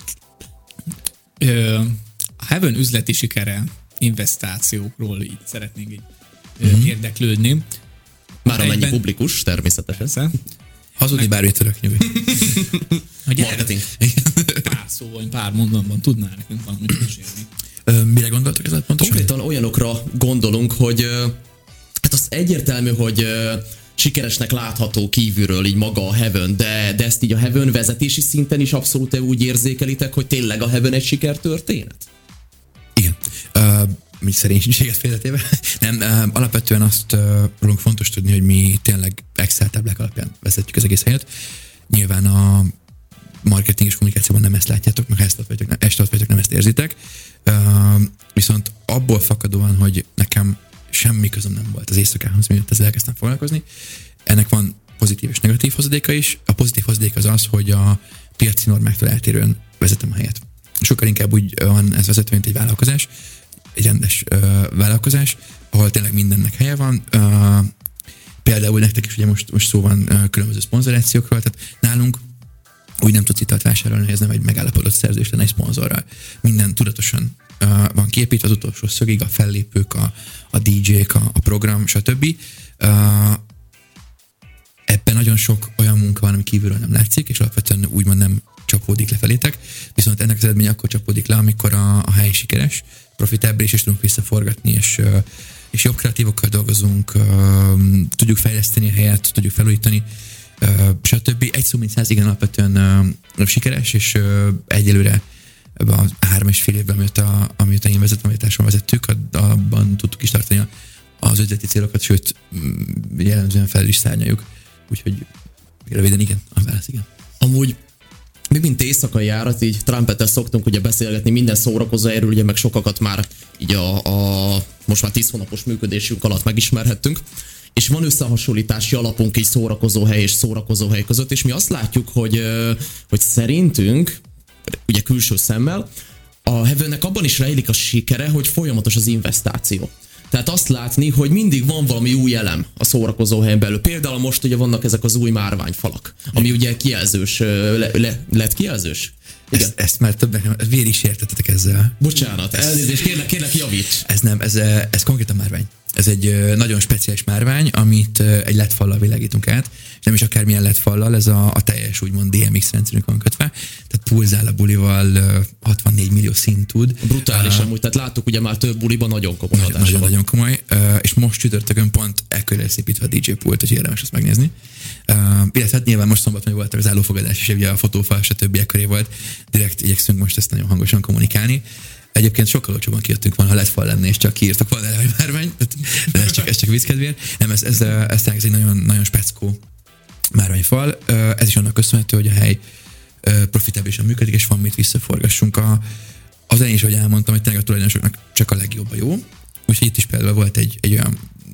A Heaven üzleti sikere, investációkról így szeretnénk így érdeklődni. Már amennyi publikus, természetesen. Persze. Hazudni bármit tudok, nyugodj. Marketing. Pár szóval, pár mondatban tudnál nekünk valamit mesélni. Mire gondoltok ezzel pontosan? Konkrétan olyanokra gondolunk, hogy hát egyértelmű, hogy sikeresnek látható kívülről így maga a Heaven, de ezt így a Heaven vezetési szinten is abszolút úgy érzékelitek, hogy tényleg a Heaven egy sikertörténet? Igen. Mi szerénységet félretéve. Nem, alapvetően azt rólunk fontos tudni, hogy mi tényleg Excel táblák alapján vezetjük az egész helyet. Nyilván a marketing és kommunikációban nem ezt látjátok, meg ezt vagytok, nem ezt érzitek. Viszont abból fakadóan, hogy nekem semmi közöm nem volt az éjszakához, miért ezzel elkezdtem foglalkozni. Ennek van pozitív és negatív hozadéka is. A pozitív hozadék az az, hogy a piaci normáktól eltérően vezetem a helyet. Sokkal inkább úgy van ez vezető, mint egy vállalkozás, egy rendes vállalkozás, ahol tényleg mindennek helye van. Például nektek is ugye most szó van különböző szponzorációkról, tehát nálunk úgy nem tudsz italt vásárolni, hogy ez nem egy megállapodott szerződés lenne egy szponzorral. Minden tudatosan van kiépítve az utolsó szögig, a fellépők, a DJ-k, a program, stb. Ebben nagyon sok olyan munka van, ami kívülről nem látszik, és alapvetően úgymond nem csapódik le felétek, viszont ennek az eredmény akkor csapódik le, amikor a hely sikeres, profitábilis, és tudunk visszaforgatni, és jobb kreatívokkal dolgozunk, tudjuk fejleszteni a helyet, tudjuk felújítani, stb. Egy szó mint száz, igen, alapvetően sikeres, és egyelőre ebben a 3,5 évben, amióta én vezetem, vagy társam vezettük, abban tudtuk is tartani az üzleti célokat, sőt, jellemzően felül is szárnyaljuk. Úgyhogy röviden igen, a válasz igen. Amúgy mi, mint éjszakai járat, így Trumpettel szoktunk ugye beszélgetni minden szórakozó erről, ugye meg sokakat már így a most már 10 hónapos működésünk alatt megismerhettünk, és van összehasonlítási alapunk így szórakozóhely és szórakozóhely között, és mi azt látjuk, hogy szerintünk, ugye külső szemmel, a Heavennek abban is rejlik a sikere, hogy folyamatos az investáció. Tehát azt látni, hogy mindig van valami új elem a szórakozóhelyen belül. Például most ugye vannak ezek az új márványfalak, ami ugye kijelzős, lett kijelzős? Ezt már többek vér is értettetek ezzel. Bocsánat, elnézést, kérlek javíts. Ez konkrétan márvány. Ez egy nagyon speciális márvány, amit egy LED fallal világítunk át, és nem is akármilyen LED fallal, ez a teljes úgymond DMX rendszerünk van kötve, tehát pulzál a bulival, 64 millió színt tud. Brutális amúgy, tehát láttuk ugye már több buliban nagyon komoly hatása. Nagyon komoly, és most csütörtökön pont ekkor szépítve a DJ pult, hogy érdemes azt megnézni. Illetve hát nyilván most szombaton voltak az állófogadás, és ugye a fotófal, stb. Ekkor volt. Direkt igyekszünk most ezt nagyon hangosan kommunikálni. Egyébként sokkal olcsóban kijöttünk volna, ha LED fal lenne, és csak kiírtak volna el egy márvány, de ez csak vízkedvér. Nem, ez egy nagyon, nagyon speckó márványfal. Ez is annak köszönhető, hogy a hely profitábilisan működik, és van mit visszaforgassunk. Az elején is, ahogy elmondtam, hogy tényleg a tulajdonosoknak csak a legjobb a jó. Úgyhogy itt is például volt egy olyan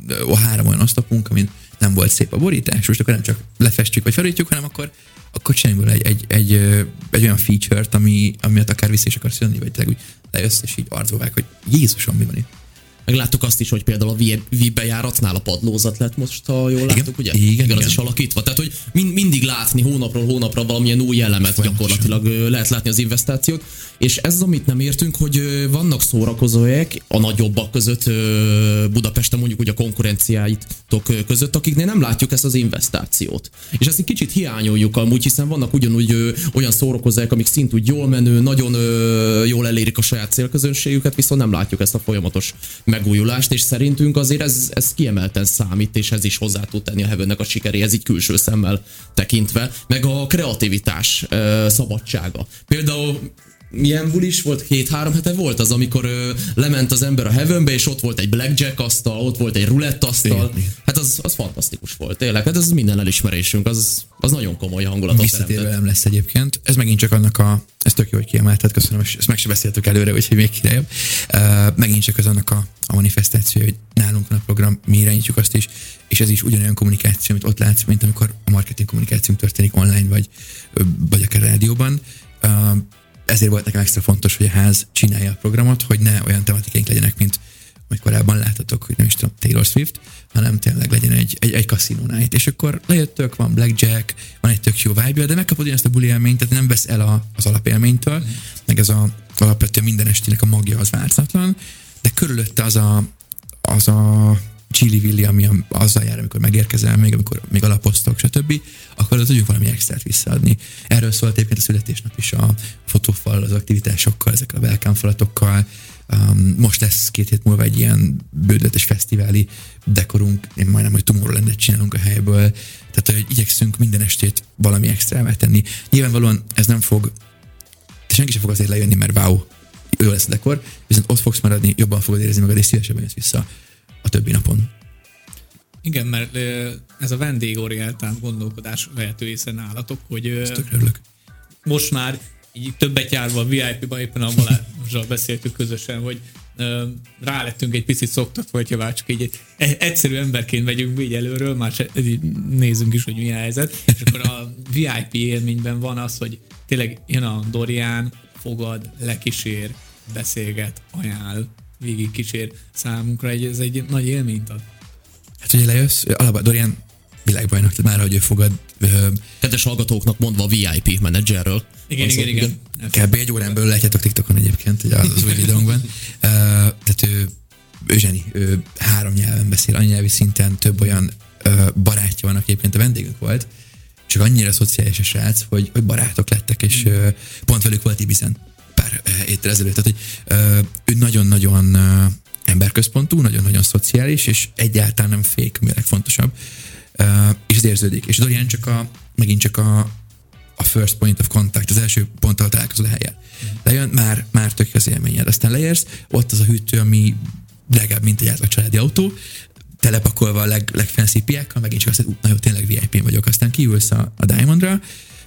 3 olyan oszlopunk, amin nem volt szép a borítás, most akkor nem csak lefestjük vagy felújítjuk, hanem akkor csináljunk egy olyan feature-t, amiatt akár vissza is akarsz jönni, vagy tényleg úgy lejössz, és így arcba hogy Jézusom, mi van itt? Megláttuk azt is, hogy például a VIP-bejáratnál a padlózat lett most, ha jól láttuk, ugye? Igen. Az is alakítva. Tehát, hogy mindig látni hónapról hónapra valamilyen új elemet gyakorlatilag lehet látni az investációt. És ez az, amit nem értünk, hogy vannak szórakozóhelyek a nagyobbak között, Budapesten mondjuk ugye a konkurenciáitok között, akiknél nem látjuk ezt az investációt. És ezt egy kicsit hiányoljuk amúgy, hiszen vannak ugyanúgy olyan szórakozóhelyek, amik szintúgy jól menő, nagyon jól elérik a saját célközönségüket, viszont nem látjuk ezt a folyamatos megújulást, és szerintünk azért ez kiemelten számít, és ez is hozzá tud tenni a Heavennek a sikeréhez így külső szemmel tekintve, meg a kreativitás szabadsága. Például milyen bulis volt? 2-3 hete volt az, amikor lement az ember a Heavenbe, és ott volt egy blackjack asztal, ott volt egy roulette asztal. Hát az fantasztikus volt, tényleg. Hát ez minden elismerésünk, az nagyon komoly hangulatot visszatérve nem lesz egyébként. Ez megint csak ez tök jó, hogy kiemelted, köszönöm, és ezt meg se beszéltük előre, úgyhogy még kirejebb. Megint csak az annak a manifestáció, hogy nálunk van a program, mi irányítjuk azt is, és ez is ugyanolyan kommunikáció, amit ott látsz, mint amikor a marketing kommunikációnk történik online, vagy akár rádióban. Ezért volt nekem extra fontos, hogy a ház csinálja a programot, hogy ne olyan tematikáink legyenek, mint amit korábban láttatok, hogy nem is tudom, Taylor Swift, hanem tényleg legyen egy casino night. És akkor lejöttök, van blackjack, van egy tök jó vibe, de megkapod ugyanazt a buli élményt, tehát nem vesz el az alapélménytől, meg ez az alapvetően minden estének a magja az változatlan, de körülötte az a chili-villi, ami azzal jár, amikor megérkezel, amikor még alapoztok, stb., akkor tudjuk valami extrát visszaadni. Erről szólt egyébként a születésnap is, a fotófal, az aktivitásokkal, ezekkel a welcome falatokkal. Most lesz 2 hét múlva egy ilyen bődletes fesztiváli dekorunk, én majdnem, hogy Tomorrowlandet csinálunk a helyből, tehát hogy igyekszünk minden estét valami extrává tenni. Nyilvánvalóan ez nem fog, senki sem fog azért lejönni, mert wow, jó lesz a dekor, viszont ott fogsz maradni, jobban fogod érezni magad, és szívesebben jössz vissza a többi napon. Igen, mert ez a vendégorientált gondolkodás vehető észre nálatok, hogy most már így többet járva a VIP-ban, éppen a Balázsral beszéltük közösen, hogy rálettünk egy picit szoktatva, hogyha már csak egy egyszerű emberként megyünk így előről, már nézzünk is, hogy milyen helyzet, és akkor a VIP élményben van az, hogy tényleg jön a Dorian, fogad, lekísér, beszélget, ajánl, végig kísér számunkra, ez egy nagy élményt ad. Hát ugye lejössz, alapban Dorian világbajnok, tehát már, hogy ő fogad. Kedves hallgatóknak mondva a VIP menedzserről. Igen. Kb. 1 órán belül látjátok TikTokon egyébként, ugye az új videónkban. Tehát ő zseni, ő 3 nyelven beszél, anyanyelvi szinten, több olyan barátja van, aki egyébként a vendégünk volt, csak annyira szociális a srác, hogy barátok lettek, és pont velük volt Ibizen pár héttel ezelőtt. Tehát, hogy ő nagyon-nagyon emberközpontú, nagyon-nagyon szociális, és egyáltalán nem fake, ami a legfontosabb. És ez érződik. És Dorian megint csak a first point of contact, az első pont, ahol találkozol a helyen. Lejön, már tök az élményed. Aztán leérsz, ott az a hűtő, ami legalább mint egy átlag családi autó, telepakolva a legfancy piákkal, megint csak azt mondod, na jó, tényleg VIP-n vagyok. Aztán kiülsz a Diamondra,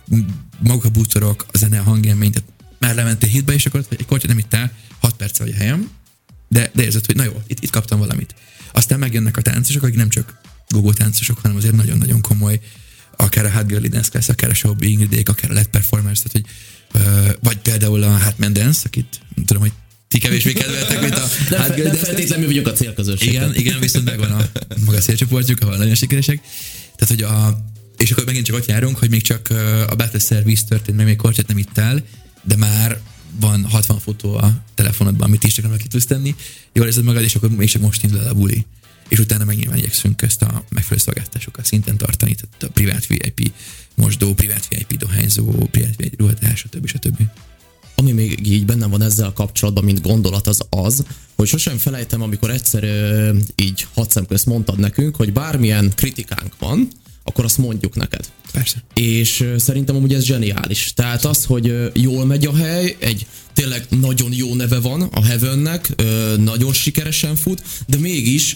maguk a bútorok, a zene, a hangélmény, tehát már lementél hitbe, és akkor egy kortyot nem ittál, 6 perc vagy a helyem, de érzed, hogy na jó, itt kaptam valamit. Aztán megjönnek a táncosok, akik nem csak gogó táncosok, hanem azért nagyon-nagyon komoly, akár a Hot Girl Dance Class, akár a Showbiz Ingridék, akár a LED Performers, tehát hogy vagy például a Hatman Dance, akit nem tudom, hogy ti kevésbé kedveltek, mint a Hot Girl Dance. Nem feltétlenül mi vagyunk a célközösség. Igen, viszont megvan a maga célcsoportjuk, ahol nagyon sikeresek. Tehát, hogy és akkor megint csak ott járunk, hogy még csak a Battle Service történt, meg még kortyát nem ittál, de már van 60 fotó a telefonodban, amit Instagramra ki tudsz tenni, jól érzed magad, és akkor még csak most indul el a buli. És utána megnyilván igyekszünk ezt a megfelelő szolgáltatásokkal szinten tartani, tehát a privát VIP mosdó, privát VIP dohányzó, privát VIP ruhatás, stb. Ami még így bennem van ezzel kapcsolatban, mint gondolat, az, hogy sosem felejtem, amikor egyszer így hadszemközt mondtad nekünk, hogy bármilyen kritikánk van, akkor azt mondjuk neked. Persze. És szerintem amúgy ez zseniális. Tehát az, hogy jól megy a hely, egy tényleg nagyon jó neve van a Heavennek, nagyon sikeresen fut, de mégis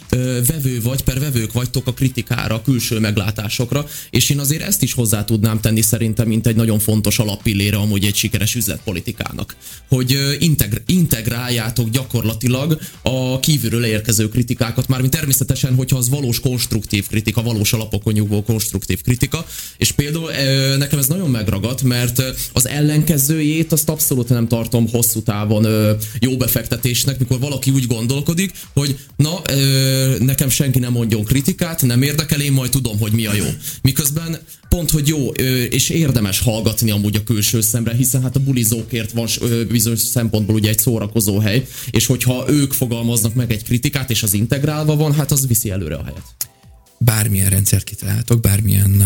vevők vagytok a kritikára, a külső meglátásokra, és én azért ezt is hozzá tudnám tenni szerintem, mint egy nagyon fontos alappillére amúgy egy sikeres üzletpolitikának. Hogy integráljátok gyakorlatilag a kívülről érkező kritikákat, mármint természetesen, hogyha az valós konstruktív kritika, valós alapokon nyugvó konstruktív kritika, és például nekem ez nagyon megragadt, mert az ellenkezőjét azt abszolút nem tartom hosszú távon jó befektetésnek, mikor valaki úgy gondolkodik, hogy nekem senki nem mondjon kritikát, nem érdekel, én majd tudom, hogy mi a jó. Miközben pont, hogy jó, és érdemes hallgatni amúgy a külső szemre, hiszen hát a bulizókért van bizonyos szempontból ugye egy szórakozó hely, és hogyha ők fogalmaznak meg egy kritikát, és az integrálva van, hát az viszi előre a helyet. Bármilyen rendszert kitaláltok, bármilyen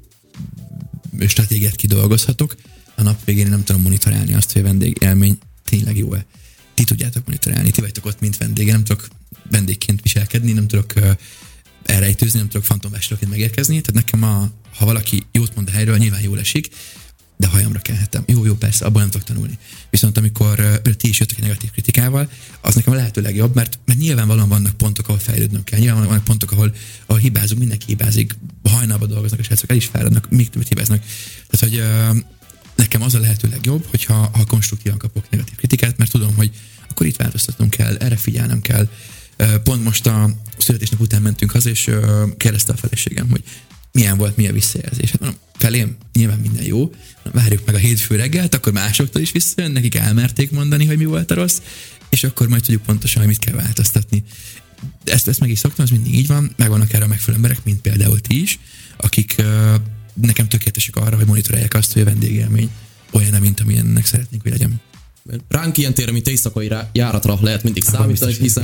stratégiát kidolgozhatok, a nap végén nem tudom monitorálni azt, hogy a vendégélmény tényleg jó-e. Ti tudjátok monitorálni, ti vagytok ott, mint vendége, nem tudok vendégként viselkedni, nem tudok elrejtőzni, nem tudok fantomvásárlóként megérkezni, tehát nekem ha valaki jót mond a helyről, nyilván jól esik, de hajamra kelhettem. Jó, persze, abban nem tudok tanulni. Viszont amikor ti is jöttök egy negatív kritikával, az nekem a lehető legjobb, mert nyilvánvalóan vannak pontok, ahol fejlődnöm kell. Nyilván vannak pontok, ahol hibázunk, mindenki hibázik, hajnalban dolgoznak, a srácok el is fáradnak, még többet hibáznak. Tehát, hogy nekem az a lehető legjobb, hogyha konstruktívan kapok negatív kritikát, mert tudom, hogy akkor itt változtatnom kell, erre figyelnem kell. Pont most a születésnap után mentünk haza, és kérdezte a feleségem, hogy milyen volt, milyen visszajelzés. Hát mondom, felém nyilván minden jó, várjuk meg a hétfő reggelt, akkor másoktól is visszajön, nekik elmerték mondani, hogy mi volt a rossz, és akkor majd tudjuk pontosan, hogy mit kell változtatni. Ezt meg is szoktam, ez mindig így van, megvannak erre a megfelelő emberek, mint például ti is, akik nekem tökéletesek arra, hogy monitorálják azt, hogy a vendégélmény olyan, mint amilyennek szeretnénk, hogy legyen. Ránk ilyen téren, mint éjszakai járatra lehet mindig számítani, hiszen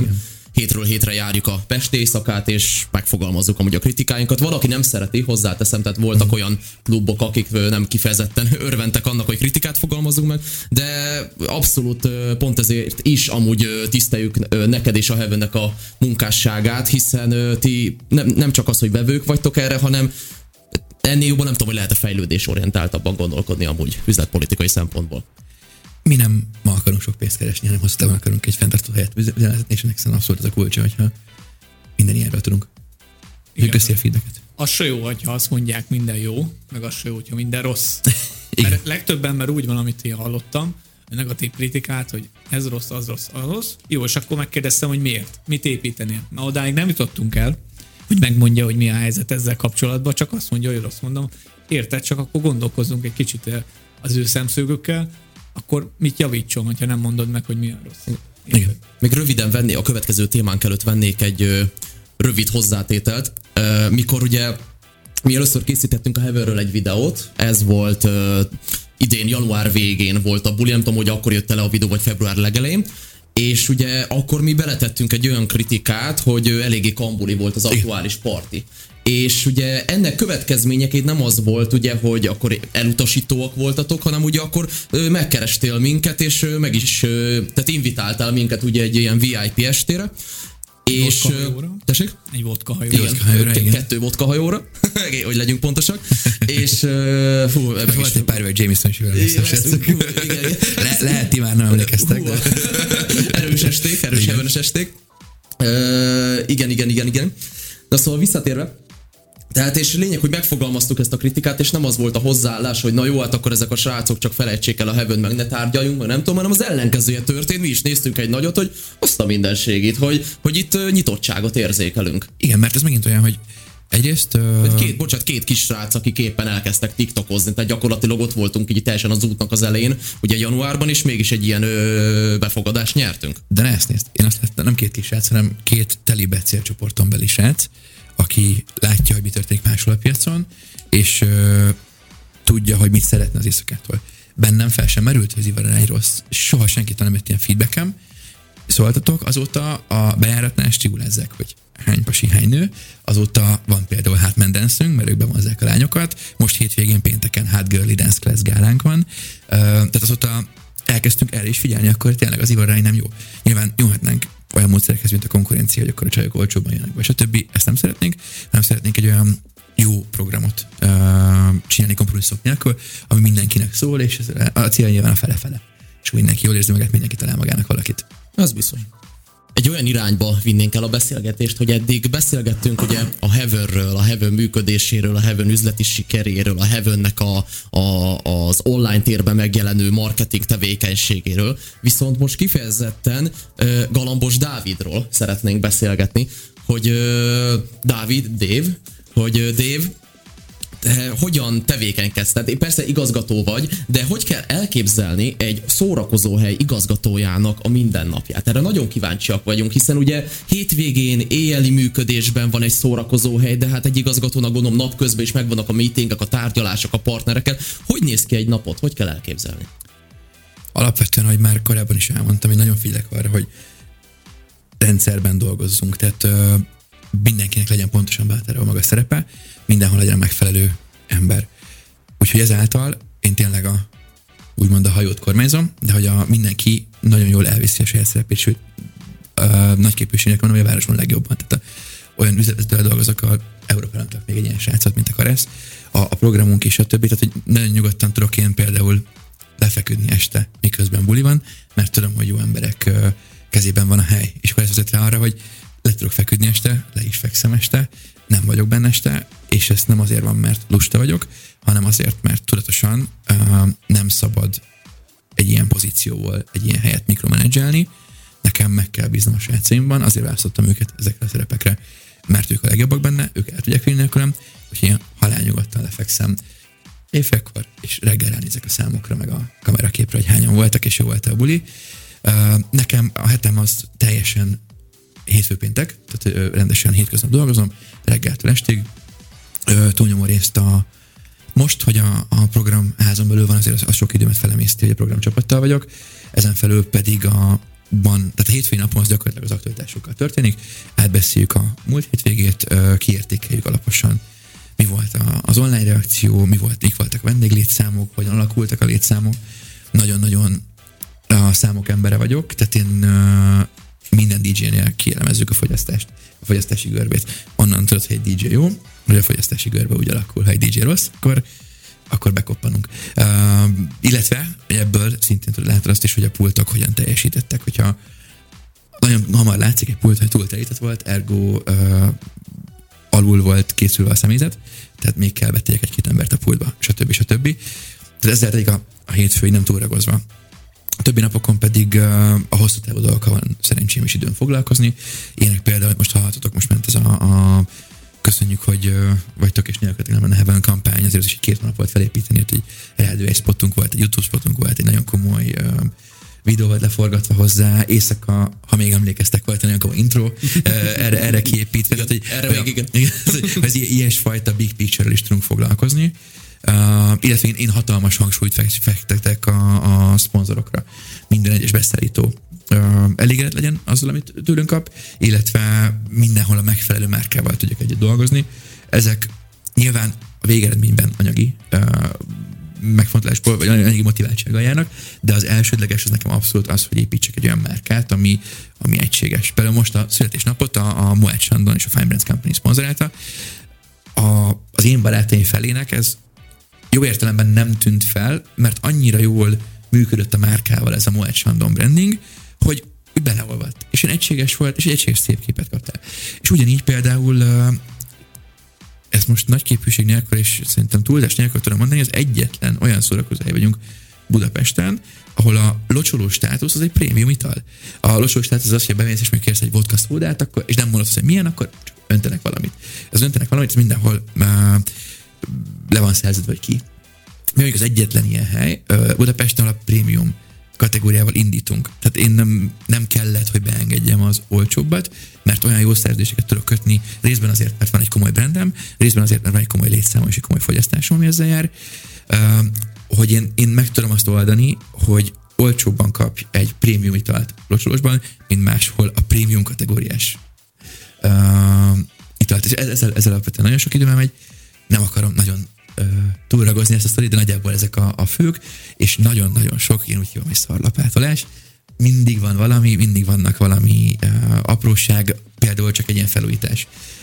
hétről hétre járjuk a pesti éjszakát, és megfogalmazzuk amúgy a kritikáinkat. Van, aki nem szereti, hozzáteszem, tehát voltak olyan klubok, akik nem kifejezetten örventek annak, hogy kritikát fogalmazunk meg, de abszolút pont ezért is amúgy tiszteljük neked és a Heavennek a munkásságát, hiszen ti nem csak az, hogy vevők vagytok erre, hanem ennél jobban nem tudom, hogy lehet-e fejlődésorientáltabban gondolkodni amúgy üzletpolitikai szempontból. Mi nem ma akarunk sok pénzt keresni, hanem hosszú távon akarunk egy fenntartó helyet üzemeltetni, és ennek szerintem abszolút ez a kulcsa, hogyha minden ilyenről tudunk. Köszi a feedbacket. Az se jó, hogyha azt mondják, minden jó, meg az se jó, hogyha minden rossz. Mert legtöbb ember úgy van, amit én hallottam, a negatív kritikát, hogy ez rossz, az rossz, az rossz. Jó, és akkor megkérdeztem, hogy miért? Mit építenél? Na, odáig nem jutottunk el, hogy megmondja, hogy mi a helyzet ezzel kapcsolatban, csak azt mondja, hogy rossz. Mondom, érted, csak akkor gondolkozzunk egy kicsit az ő szemszögükkel, akkor mit javítson, hogyha nem mondod meg, hogy mi a rossz. Igen. Még röviden a következő témánk előtt vennék egy rövid hozzátételt, mikor ugye mi először készítettünk a Heavenről egy videót, ez volt idén január végén volt a buli, nem tudom, hogy akkor jött el a videó, vagy február legelején, és ugye akkor mi beletettünk egy olyan kritikát, hogy eléggé kambuli volt az aktuális parti. És ugye ennek következményeként nem az volt, ugye, hogy akkor elutasítóak voltatok, hanem ugye akkor megkerestél minket, és meg is, tehát invitáltál minket ugye egy ilyen VIP estére. És tessék? Egy vodka hajóra. Igen. 2 vodka hajóra, hogy legyünk pontosak. És volt egy pár vagy Jameson is lehet, ti már nem emlékeztek. Erős esték, erős esték. Igen. De szóval visszatérve, tehát és lényeg, hogy megfogalmaztuk ezt a kritikát, és nem az volt a hozzáállás, hogy na jó, hát akkor ezek a srácok csak felejtsék el a Heaven, meg ne tárgyaljunk, meg nem tudom, hanem az ellenkezője történt, mi is néztünk egy nagyot, hogy azt a mindenségét, hogy itt nyitottságot érzékelünk. Igen, mert ez megint olyan, hogy egyrészt... Két kis srác, akik éppen elkezdtek tiktokozni, tehát gyakorlatilag ott voltunk így teljesen az útnak az elején, ugye januárban, és mégis egy ilyen befogadást nyertünk. De ne ezt nézd, én azt láttam, nem 2 kis srác, hanem 2 teli becélcsoporton beli srác, aki látja, hogy mi történik máshol a piacon, és tudja, hogy mit szeretne az éjszakától. Bennem fel sem merült, hogy az Ivarány rossz. Soha senkitől nem jött ilyen feedbackem. Szóltatok, azóta a bejáratnál stigulazzák, hogy hány pasi, hány nő. Azóta van például Hotman Dance-ünk, mert ők bevonzzák a lányokat. Most hétvégén pénteken Hot Girly Dance Class gálánk van. Tehát azóta elkezdtünk erre is figyelni, akkor tényleg az Ivarány nem jó. Nyilván nyújhatnánk olyan módszerekhez, mint a konkurencia, hogy akkor a csajok olcsóban jönnek be, stb. Ezt nem szeretnénk, hanem szeretnénk egy olyan jó programot csinálni kompromisszumok nélkül, ami mindenkinek szól, és a cél nyilván a fele-fele. És mindenki jól érzi magát, mindenki talál magának valakit. Az biztos. Egy olyan irányba vinnénk el a beszélgetést, hogy eddig beszélgettünk ugye a Heavenről, a Heaven működéséről, a Heaven üzleti sikeréről, a Heavennek az online térben megjelenő marketing tevékenységéről, viszont most kifejezetten Galambos Dávidról szeretnénk beszélgetni, hogy Dave, te hogyan tevékenykedsz? Persze igazgató vagy, de hogy kell elképzelni egy szórakozóhely igazgatójának a mindennapját? Erre nagyon kíváncsiak vagyunk, hiszen ugye hétvégén éjjeli működésben van egy szórakozóhely, de hát egy igazgatónak gondolom napközben is megvannak a meetingek, a tárgyalások a partnerekkel. Hogy néz ki egy napot? Hogy kell elképzelni? Alapvetően, ahogy már korábban is elmondtam, én nagyon figyelek arra, hogy rendszerben dolgozzunk, tehát mindenkinek legyen pontosan behatárolva maga szerepe, mindenhol legyen megfelelő ember. Úgyhogy ezáltal én tényleg úgymond a hajót kormányzom, de hogy mindenki nagyon jól elviszi a saját szerepét, sőt nagy képviségnek mondom, hogy a városban legjobban. Tehát olyan üzletben dolgozok, ahol Európában még egy ilyen srácot, mint a Karesz, a programunk is, a többi, tehát hogy nagyon nyugodtan tudok én például lefeküdni este, miközben buli van, mert tudom, hogy jó emberek kezében van a hely. És akkor ez vezet rá arra, hogy le tudok feküdni este, le is fekszem este, nem vagyok benne este, és ez nem azért van, mert lusta vagyok, hanem azért, mert tudatosan nem szabad egy ilyen pozícióval egy ilyen helyet mikromenedzselni. Nekem meg kell bíznom a srácaimban, azért választottam őket ezekre a szerepekre, mert ők a legjobbak benne, ők el tudják vinni nélkülem, úgyhogy én halálnyugodtan lefekszem éjfélkor, és reggel ránézek a számokra, meg a kameraképre, hogy hányan voltak, és jó volt a buli. Nekem a hetem az teljesen hétfő-péntek, tehát rendesen hétköznap dolgozom, reggeltől estig. Túlnyomó részt most, hogy a program házon belül van, azért az sok időmet felemészti, hogy a programcsapattal vagyok. Ezen felül pedig tehát a hétfői napon az gyakorlatilag az aktualitásokkal történik, átbeszéljük a múlt hétvégét, kiértékeljük alaposan, mi volt az online reakció, mik voltak a vendéglétszámok, hogyan alakultak a létszámok. Nagyon-nagyon a számok embere vagyok, tehát én minden DJ-nél kielemezzük a fogyasztási görbét. Onnan tudod, hogy egy DJ jó, hogy a fogyasztási görbe úgy alakul, ha egy DJ rossz, akkor bekoppanunk. Illetve ebből szintén látod azt is, hogy a pultok hogyan teljesítettek, hogyha nagyon hamar látszik egy pult, hogy túltelített volt, ergo alul volt készülve a személyzet, tehát még kell betegyek egy-két embert a pultba, stb. Tehát ezzel telik a hétfői nem túl ragozva. A többi napokon pedig a hosszú távú dolgokkal van szerencsém is időn foglalkozni. Ilyenek például, most hallhatatok, most ment ez a köszönjük, hogy vagytok és nélkülöttek nem a Heaven kampány, azért az is 2 nap volt felépíteni, hogy egy rádió egy spotunk volt, egy YouTube spotunk volt, egy nagyon komoly videó volt leforgatva hozzá, éjszaka, ha még emlékeztek, volt egy nagyon komoly intro, erre kiépítve. Tehát, hogy erre még igen. Ez ilyesfajta big picture-rel is tudunk foglalkozni. Illetve én hatalmas hangsúlyt fektetek a szponzorokra. Minden egyes beszállító elégedett legyen azzal, amit tőlünk kap, illetve mindenhol a megfelelő márkával tudjuk együtt dolgozni. Ezek nyilván a végeredményben anyagi megfontolásból, vagy anyagi motiváltsággal járnak, de az elsődleges az nekem abszolút az, hogy építsek egy olyan márkát, ami egységes. Például most a születésnapot a Moet Chandon és a Fine Brands Company szponzorálta. Az én barátaim felének ez jó értelemben nem tűnt fel, mert annyira jól működött a márkával ez a Moet Chandon branding, hogy beleolvadt. És olyan egységes volt, és egy egységes szép képet kaptál. És ugyanígy például ezt most nagy képűség nélkül, és szerintem túlzás nélkül tudom mondani, az egyetlen olyan szórakozóhely vagyunk Budapesten, ahol a locsoló státusz az egy prémium ital. A locsoló státusz az, hogy bemész és megkérsz egy vodka szódát, akkor, és nem mondod, hogy milyen, akkor csak öntenek valamit. Ez mindenhol le van szerződve, vagy ki. Mi vagyunk az egyetlen ilyen hely Budapesten, ahol a prémium kategóriával indítunk. Tehát én nem kellett, hogy beengedjem az olcsóbbat, mert olyan jó szerződéseket tudok kötni, részben azért, mert van egy komoly brandem, részben azért, mert van egy komoly létszámom és egy komoly fogyasztásom, ami ezzel jár, hogy én meg tudom azt oldani, hogy olcsóbban kapj egy prémium italt locsolósban, mint máshol a prémium kategóriás italt. És ez alapvetően nagyon sok időben megy, nem akarom nagyon túlragozni ezt a sztorit, de nagyjából ezek a fők, és nagyon-nagyon sok, én úgy hívom, hogy szarlapátolás. Mindig van valami, mindig vannak valami apróság, például csak egy ilyen felújítás.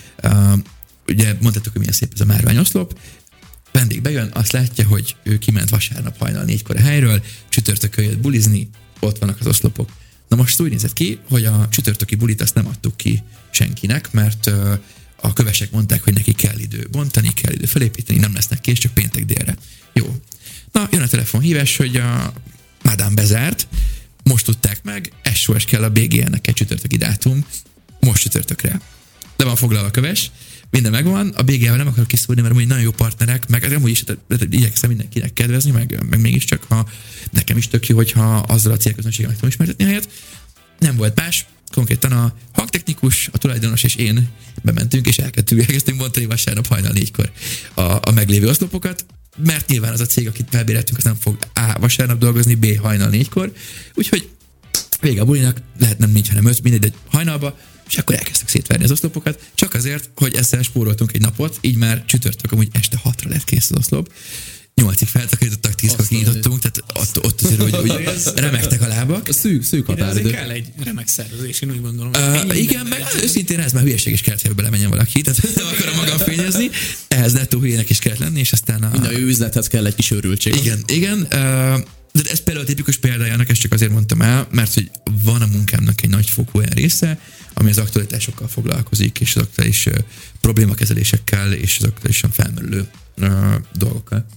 Ugye mondtátok, hogy milyen szép ez a márványoszlop, vendég bejön, azt látja, hogy ő kiment vasárnap hajnal 4-kor a helyről, csütörtökön jött bulizni, ott vannak az oszlopok. Na most úgy nézett ki, hogy a csütörtöki bulit azt nem adtuk ki senkinek, mert a kövesek mondták, hogy neki kell idő bontani, kell idő felépíteni, nem lesznek kész, csak péntek délre. Jó. Na, jön a telefonhívás, hogy a Mádám bezárt, most tudták meg, SOS kell a BGL-nek egy csütörtöki dátum, most csütörtökre. Le van foglalva a köves, minden megvan, a BGL-vel nem akarok kiszúrni, mert úgy nagyon jó partnerek, meg amúgy is igyekszem mindenkinek kedvezni, meg mégiscsak, ha nekem is tök jó, hogyha azzal a célközönséggel meg tudom ismertetni a helyet. Nem volt más, konkrétan a hangtechnikus, a tulajdonos és én bementünk, és elkezdtünk bontani vasárnap hajnal 4-kor a meglévő oszlopokat, mert nyilván az a cég, akit felbéreltünk, az nem fog A. vasárnap dolgozni, B. hajnal 4-kor, úgyhogy vége a bulinak, lehet nem 4, hanem 5, mindegy, egy hajnalba, és akkor elkezdtük szétverni az oszlopokat, csak azért, hogy ezzel spóroltunk egy napot, így már csütörtök, amúgy este 6-ra lett kész az oszlop, 8-ig feltakarítottak, 10-kor kinyitottunk, tehát ott azért úgy remegtek a lábak. Szűk határidő. Kell egy remek szervezés, én úgy gondolom. Igen, meg őszintén ez már hülyeség is kellett, hogy belemenjen valaki, tehát nem akarom magam fényezni, ehhez nettó hülyének is kellett lenni, és aztán minden üzlethez kell egy kis őrültség. Igen, de ez például tipikus példája annak, ezt csak azért mondtam el, mert hogy van a munkámnak egy nagyfokú olyan része, ami az aktualitásokkal foglalkozik, és az aktuális problémakezelésekkel, és az aktuálisan felmerülő dolgokkal.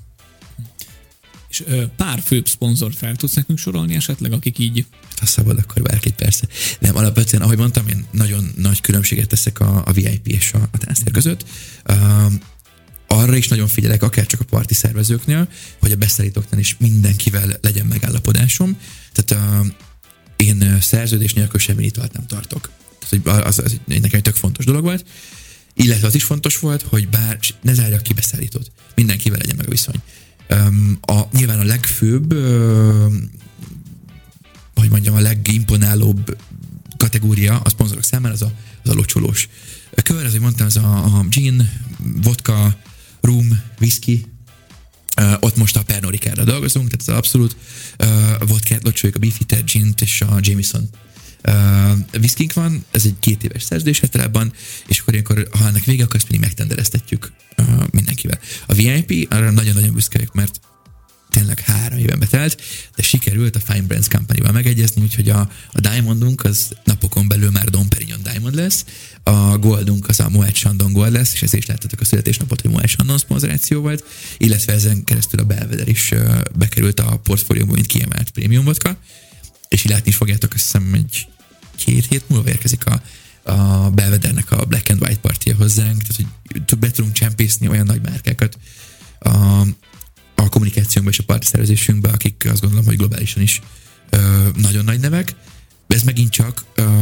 És pár főbb szponzort fel tudsz nekünk sorolni esetleg, akik így... Ha szabad, akkor bárkit persze. Nem, alapvetően, ahogy mondtam, én nagyon nagy különbséget teszek a VIP és a tánctér között. Arra is nagyon figyelek, akár csak a parti szervezőknél, hogy a beszállítóknál is mindenkivel legyen megállapodásom. Tehát én szerződés nélkül semmi italt nem tartok. Tehát, az nekem egy tök fontos dolog volt. Illetve az is fontos volt, hogy bár ne zárjak ki beszállítót. Mindenkivel legyen meg a viszony. Nyilván a legfőbb hogy mondjam, a legimponálóbb kategória a szponzorok számára az a locsolós kör, az, hogy mondtam, az a gin, vodka, rum, whisky, ott most a Pernod Ricardra dolgozunk, tehát az abszolút vodkát locsoljuk, a Beefeater, gint és a Jameson whiskyink van, ez egy 2 éves szerződés általában, és akkor ilyenkor, ha ennek vége, akkor ezt mindig megtendereztetjük mindenkivel. A VIP, arra nagyon-nagyon büszke, mert tényleg 3 éven betelt, de sikerült a Fine Brands Company-val megegyezni, úgyhogy a Diamondunk az napokon belül már Dom Perignon Diamond lesz, a Goldunk az a Moet Chandon Gold lesz, és ezért is láttatok a születésnapot, hogy Moet Chandon szponzoráció volt, illetve ezen keresztül a Belvedere is bekerült a portfólióba, mint kiemelt prémium vodka, és így látni is fogjátok, azt hiszem, egy 2 hét múlva érkezik a Belvedernek a Black and White partija hozzánk, tehát hogy be tudunk csempészni olyan nagy márkákat a kommunikációnkban és a parti szervezésünkben, akik azt gondolom, hogy globálisan is nagyon nagy nevek. Ez megint csak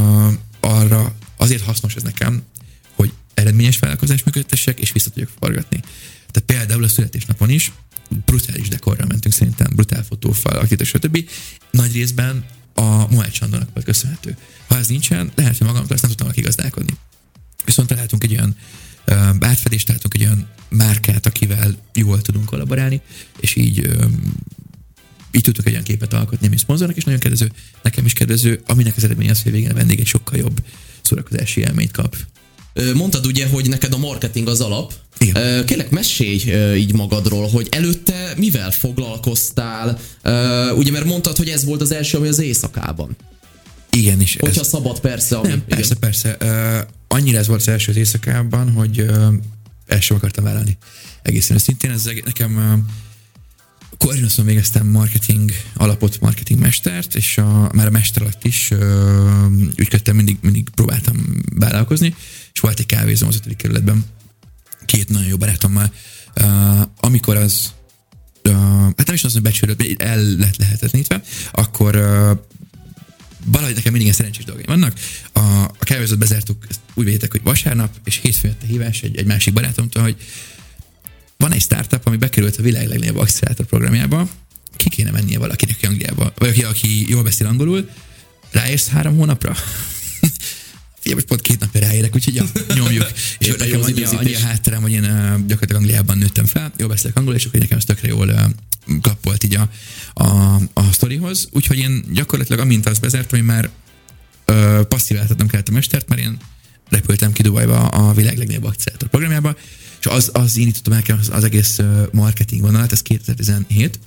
arra azért hasznos ez nekem, hogy eredményes vállalkozás működtessek, és vissza tudjuk forgatni. Tehát például a születésnapon is brutális dekorra mentünk, szerintem brutál fotófal, aktítos, stb. Nagy részben a Moet Chandonnak volt köszönhető. Ha ez nincsen, lehet, hogy magamtól ezt nem tudtam kigazdálkodni. Viszont találtunk egy olyan átfedést, találtunk egy olyan márkát, akivel jól tudunk kollaborálni, és így tudtuk egy olyan képet alkotni, ami szponzornak is nagyon kedvező, nekem is kedvező, aminek az eredmény az, hogy a végén a vendég egy sokkal jobb szórakozási élményt kap. Mondtad ugye, hogy neked a marketing az alap. Kérlek, mesélj így magadról, hogy előtte mivel foglalkoztál, ugye mert mondtad, hogy ez volt az első, ami az éjszakában. Igen, és hogyha szabad, persze. Nem, persze. Annyira ez volt az első az éjszakában, hogy el sem akartam vállalni. Egészen őszintén, ez nekem Corvinuson végeztem marketing alapot, marketing mestert, és már a mester alatt is ügyködtem, mindig próbáltam vállalkozni, és volt egy kávézóm az 5. kerületben 2 nagyon jó barátommal, amikor az hát nem is az, hogy becsülött, el lett lehetetlenítve, akkor valahogy nekem mindig ilyen szerencsés dolgaim vannak. A kávézót bezártuk, úgy védtek, hogy vasárnap, és hétfőn jött a hívás egy másik barátomtól, hogy van egy startup, ami bekerült a világ legnagyobb akcelerátor programjába, ki kéne mennie valakinek Angliába, vagy aki jól beszél angolul, ráérsz 3 hónapra? Figyelj, most pont 2 napja ráérek, úgyhogy ja, nyomjuk. És nekem annyi a hátterem, hogy én gyakorlatilag Angliában nőttem fel, jól beszélek angolul, és akkor nekem ez tökre jól kappolt így a sztorihoz. Úgyhogy én gyakorlatilag amint azt bezártam, hogy már passziváltatnom kellett a mestert, mert én repültem ki Dubajba a világ legnagyobb akcelerátor programjába, és az indítottam el az egész marketing vonalat, ez 2017.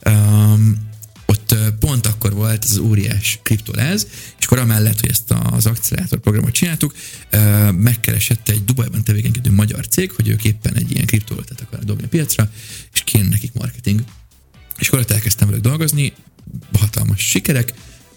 Ott pont akkor volt ez az óriás kriptoláz, és akkor amellett, hogy ezt az akcelerátor programot csináltuk, megkeresett egy Dubajban tevékenykedő magyar cég, hogy ők éppen egy ilyen kriptovalutát akarnak dobni a piacra, és kéne nekik marketing. És akkor ott elkezdtem velük dolgozni, hatalmas sikerek,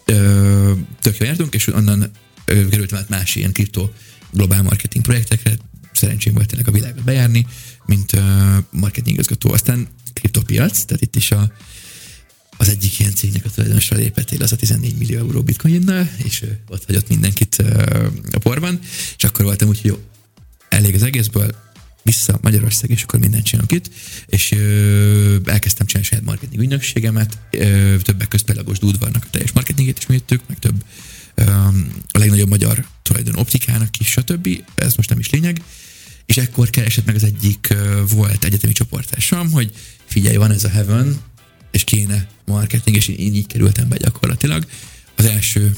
tök jól jártunk, és onnan kerültem át más ilyen kripto globál marketing projektekre, szerencsém volt tényleg a világot bejárni, mint marketing igazgató. Aztán kriptopiac, tehát itt is az egyik ilyen cégnek a tulajdonosra lépett el az a 14 millió euró bitcoinnal, és ott hagyott mindenkit a porban, és akkor voltam úgy, hogy jó, elég az egészből, vissza Magyarország, és akkor mindent csinálok itt, és elkezdtem csinálni saját marketing ügynökségemet, többek között például Dudvarnak a teljes marketingét is működtük, meg több a legnagyobb magyar tulajdon optikának is, stb. Ez most nem is lényeg, és ekkor keresett meg az egyik volt egyetemi csoportásom, hogy figyelj, van ez a Heaven, és kéne marketing, és én így kerültem be gyakorlatilag. Az első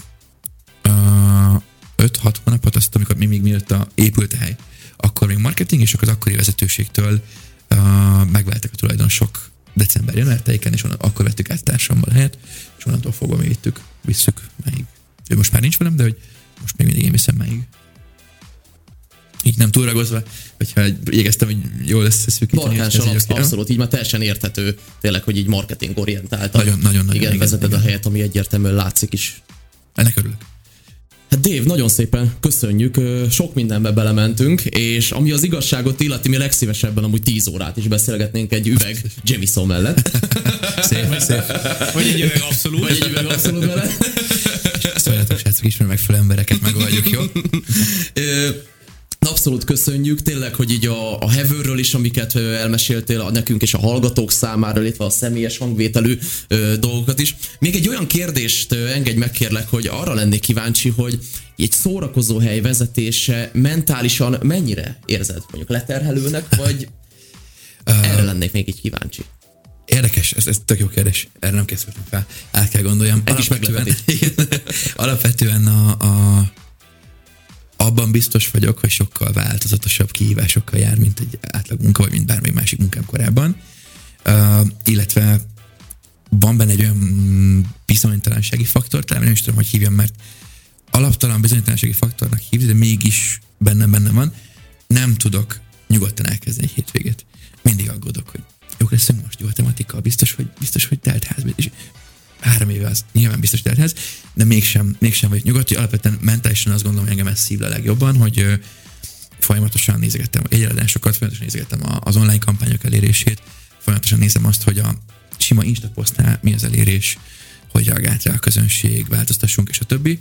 5-6 hónapot, azt amikor még mielőtt épült a hely, akkor még marketing, és akkor az akkori vezetőségtől megváltak a tulajdonosok december-január tájéken, és akkor vettük át társammal a helyet, és onnantól fogva mi visszük máig. Ő most már nincs velem, de hogy most még mindig én viszem máig. Így nem túlragozva, hogyha igyekeztem, hogy jól összeszűkíteni. Markánsan, abszolút, így már teljesen érthető, tényleg, hogy így marketing orientáltan. Nagyon. Igen, vezeted a helyet, ami egyértelműen látszik is. Ennek örülök. Hát Dave, nagyon szépen köszönjük, sok mindenbe belementünk, és ami az igazságot illeti, mi legszívesebben amúgy 10 órát is beszélgetnénk egy üveg Jameson mellett. Szép. Vagy egy üveg abszolút. Szóljatok, srácok, ismer megfelelő embereket megoldjuk, jó? Abszolút köszönjük, tényleg, hogy így a Heavenről is, amiket elmeséltél nekünk és a hallgatók számára, illetve a személyes hangvételű dolgokat is. Még egy olyan kérdést engedj meg, kérlek, hogy arra lennék kíváncsi, hogy egy szórakozó hely vezetése mentálisan mennyire érzed? Mondjuk leterhelőnek, vagy erre lennék még így kíváncsi. Érdekes, ez tök jó kérdés. Erre nem készültem fel. El kell gondoljam. Alapvetően abban biztos vagyok, hogy sokkal változatosabb kihívásokkal jár, mint egy átlag munka, vagy mint bármely másik munkám korábban. Illetve van benne egy olyan bizonytalansági faktor, talán nem is tudom, hogy hívjam, mert alaptalan bizonytalansági faktornak hívni, de mégis benne van. Nem tudok nyugodtan elkezdeni egy hétvégét. Mindig aggódok, hogy jók leszünk most, jó a tematika, biztos, hogy teltház. És 3 éve az nyilván biztos teltház, de mégsem vagyok nyugodt, hogy alapvetően mentálisan azt gondolom, hogy engem ez szívle legjobban, hogy folyamatosan nézegettem egyeladásokat, folyamatosan nézegettem az online kampányok elérését, folyamatosan nézem azt, hogy a sima Insta posztnál mi az elérés, hogy reagált rá a közönség, változtassunk, és a többi.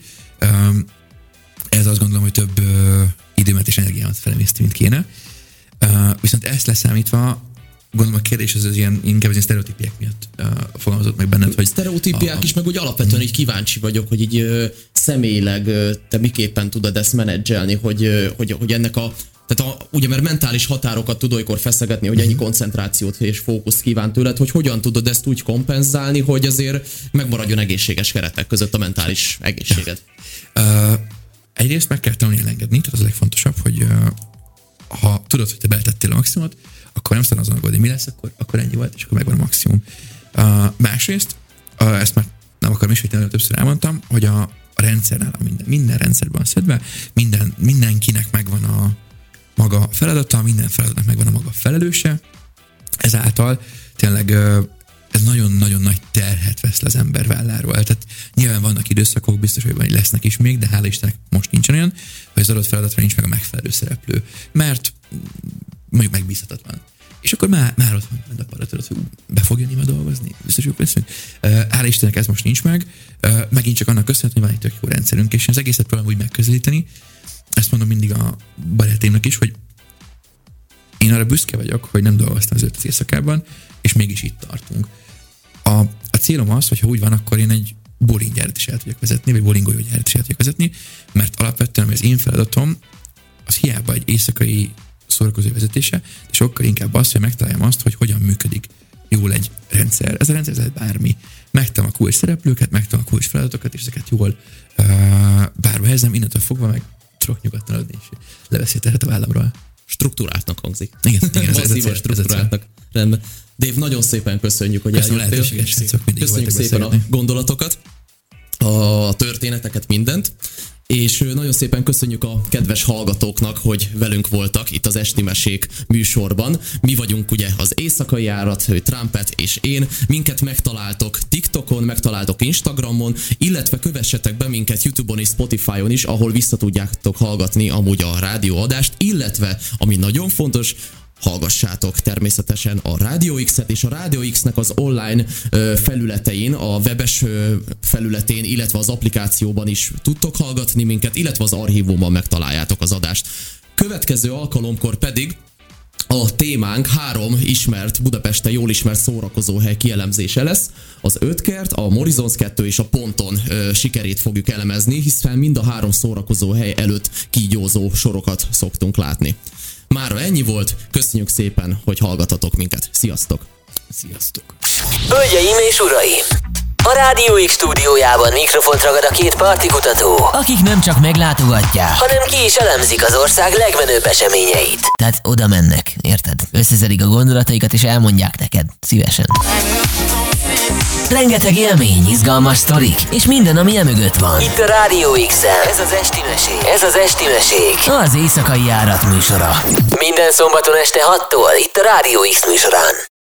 Ez azt gondolom, hogy több időmet és energiámat felemészti, mint kéne. Viszont ezt leszámítva, gondolom a kérdés az ilyen, inkább az ilyen sztereotípiák miatt fogalmazott meg benned, hogy... Sztereotípiák is, meg úgy alapvetően így kíváncsi vagyok, hogy így személyileg te miképpen tudod ezt menedzselni, hogy ennek tehát ugye mert mentális határokat tud olykor feszegetni, hogy ennyi koncentrációt és fókuszt kíván tőled, hogy hogyan tudod ezt úgy kompenzálni, hogy azért megmaradjon egészséges keretek között a mentális egészséged. Egyrészt meg kell tanulni elengedni, tehát az a legfontosabb, hogy ha tudod, hogy te beletettél a maximumot, akkor nem azon aggódni, mi lesz, akkor ennyi volt, és akkor megvan a maximum. Másrészt, ezt már nem akarom ismételni, többször elmondtam, hogy a rendszerrel, minden rendszerben szedve, mindenkinek megvan a maga feladata, minden feladatnak megvan a maga felelőse, ezáltal tényleg ez nagyon-nagyon nagy terhet vesz le az ember válláról. Tehát nyilván vannak időszakok, biztos, hogy lesznek is még, de hála Istennek most nincsen olyan, hogy az adott feladatra nincs meg a megfelelő szereplő. Mert mondjuk megbízhatatlan. És akkor már ott van a paratöröt, hogy be fog jönni ma dolgozni, biztos jók leszünk. Hála Istennek ez most nincs meg, megint csak annak köszönhető, hogy van egy tök jó rendszerünk, és az egészet próbálom úgy megközelíteni. Ezt mondom mindig a barátaimnak is, hogy én arra büszke vagyok, hogy nem dolgoztam az 5 éjszakában, és mégis itt tartunk. A célom az, hogy ha úgy van, akkor én egy bowlinggyárat is el tudjak vezetni, vagy bowlinggolyógyárat is el tudjak vezetni, mert alapvetően az én feladatom az hiába egy éjszakai szórakozó vezetése, de sokkal inkább az, hogy megtaláljam azt, hogy hogyan működik jól egy rendszer. Ez a rendszer ez bármi. Megtalálom a kulcs szereplőket, megtalálom a kulcs feladatokat, és ezeket jól bárba helyezem, innentől fogva meg tudok nyugodtan adni, és leveszi a terhet a vállamról. Struktúráltnak hangzik. Igen, masszívan struktúráltnak. Rendben. Dave, nagyon szépen köszönjük, hogy eljöttél. Köszönjük szépen a gondolatokat, a történeteket, mindent. És nagyon szépen köszönjük a kedves hallgatóknak, hogy velünk voltak itt az Esti Mesék műsorban. Mi vagyunk ugye az Éjszakai Járat, Trumpet és én. Minket megtaláltok TikTokon, megtaláltok Instagramon, illetve kövessetek be minket YouTube-on és Spotify-on is, ahol vissza tudjátok hallgatni amúgy a rádióadást, illetve, ami nagyon fontos, hallgassátok természetesen a Rádió X-et, és a Rádió X-nek az online felületein, a webes felületén, illetve az applikációban is tudtok hallgatni minket, illetve az archívumban megtaláljátok az adást. Következő alkalomkor pedig a témánk 3 ismert, Budapesten jól ismert szórakozóhely kielemzése lesz. Az Ötkert, a Morizons 2 és a Ponton sikerét fogjuk elemezni, hiszen mind a 3 szórakozóhely előtt kígyózó sorokat szoktunk látni. Mára ennyi volt, köszönjük szépen, hogy hallgatatok minket. Sziasztok! Sziasztok! Hölgyeim és uraim! A Rádió X stúdiójában mikrofont ragad a 2 partikutató, akik nem csak meglátogatják, hanem ki is elemzik az ország legmenőbb eseményeit. Tehát oda mennek, érted? Összeszedik a gondolataikat és elmondják neked, szívesen. Rengeteg élmény, izgalmas sztorik, és minden, ami emögött van. Itt a Rádió X-en. Ez az Esti Mesék. Ez az Esti Mesék. Az Éjszakai Járat műsora. Minden szombaton este 6-tól itt a Rádió X műsorán.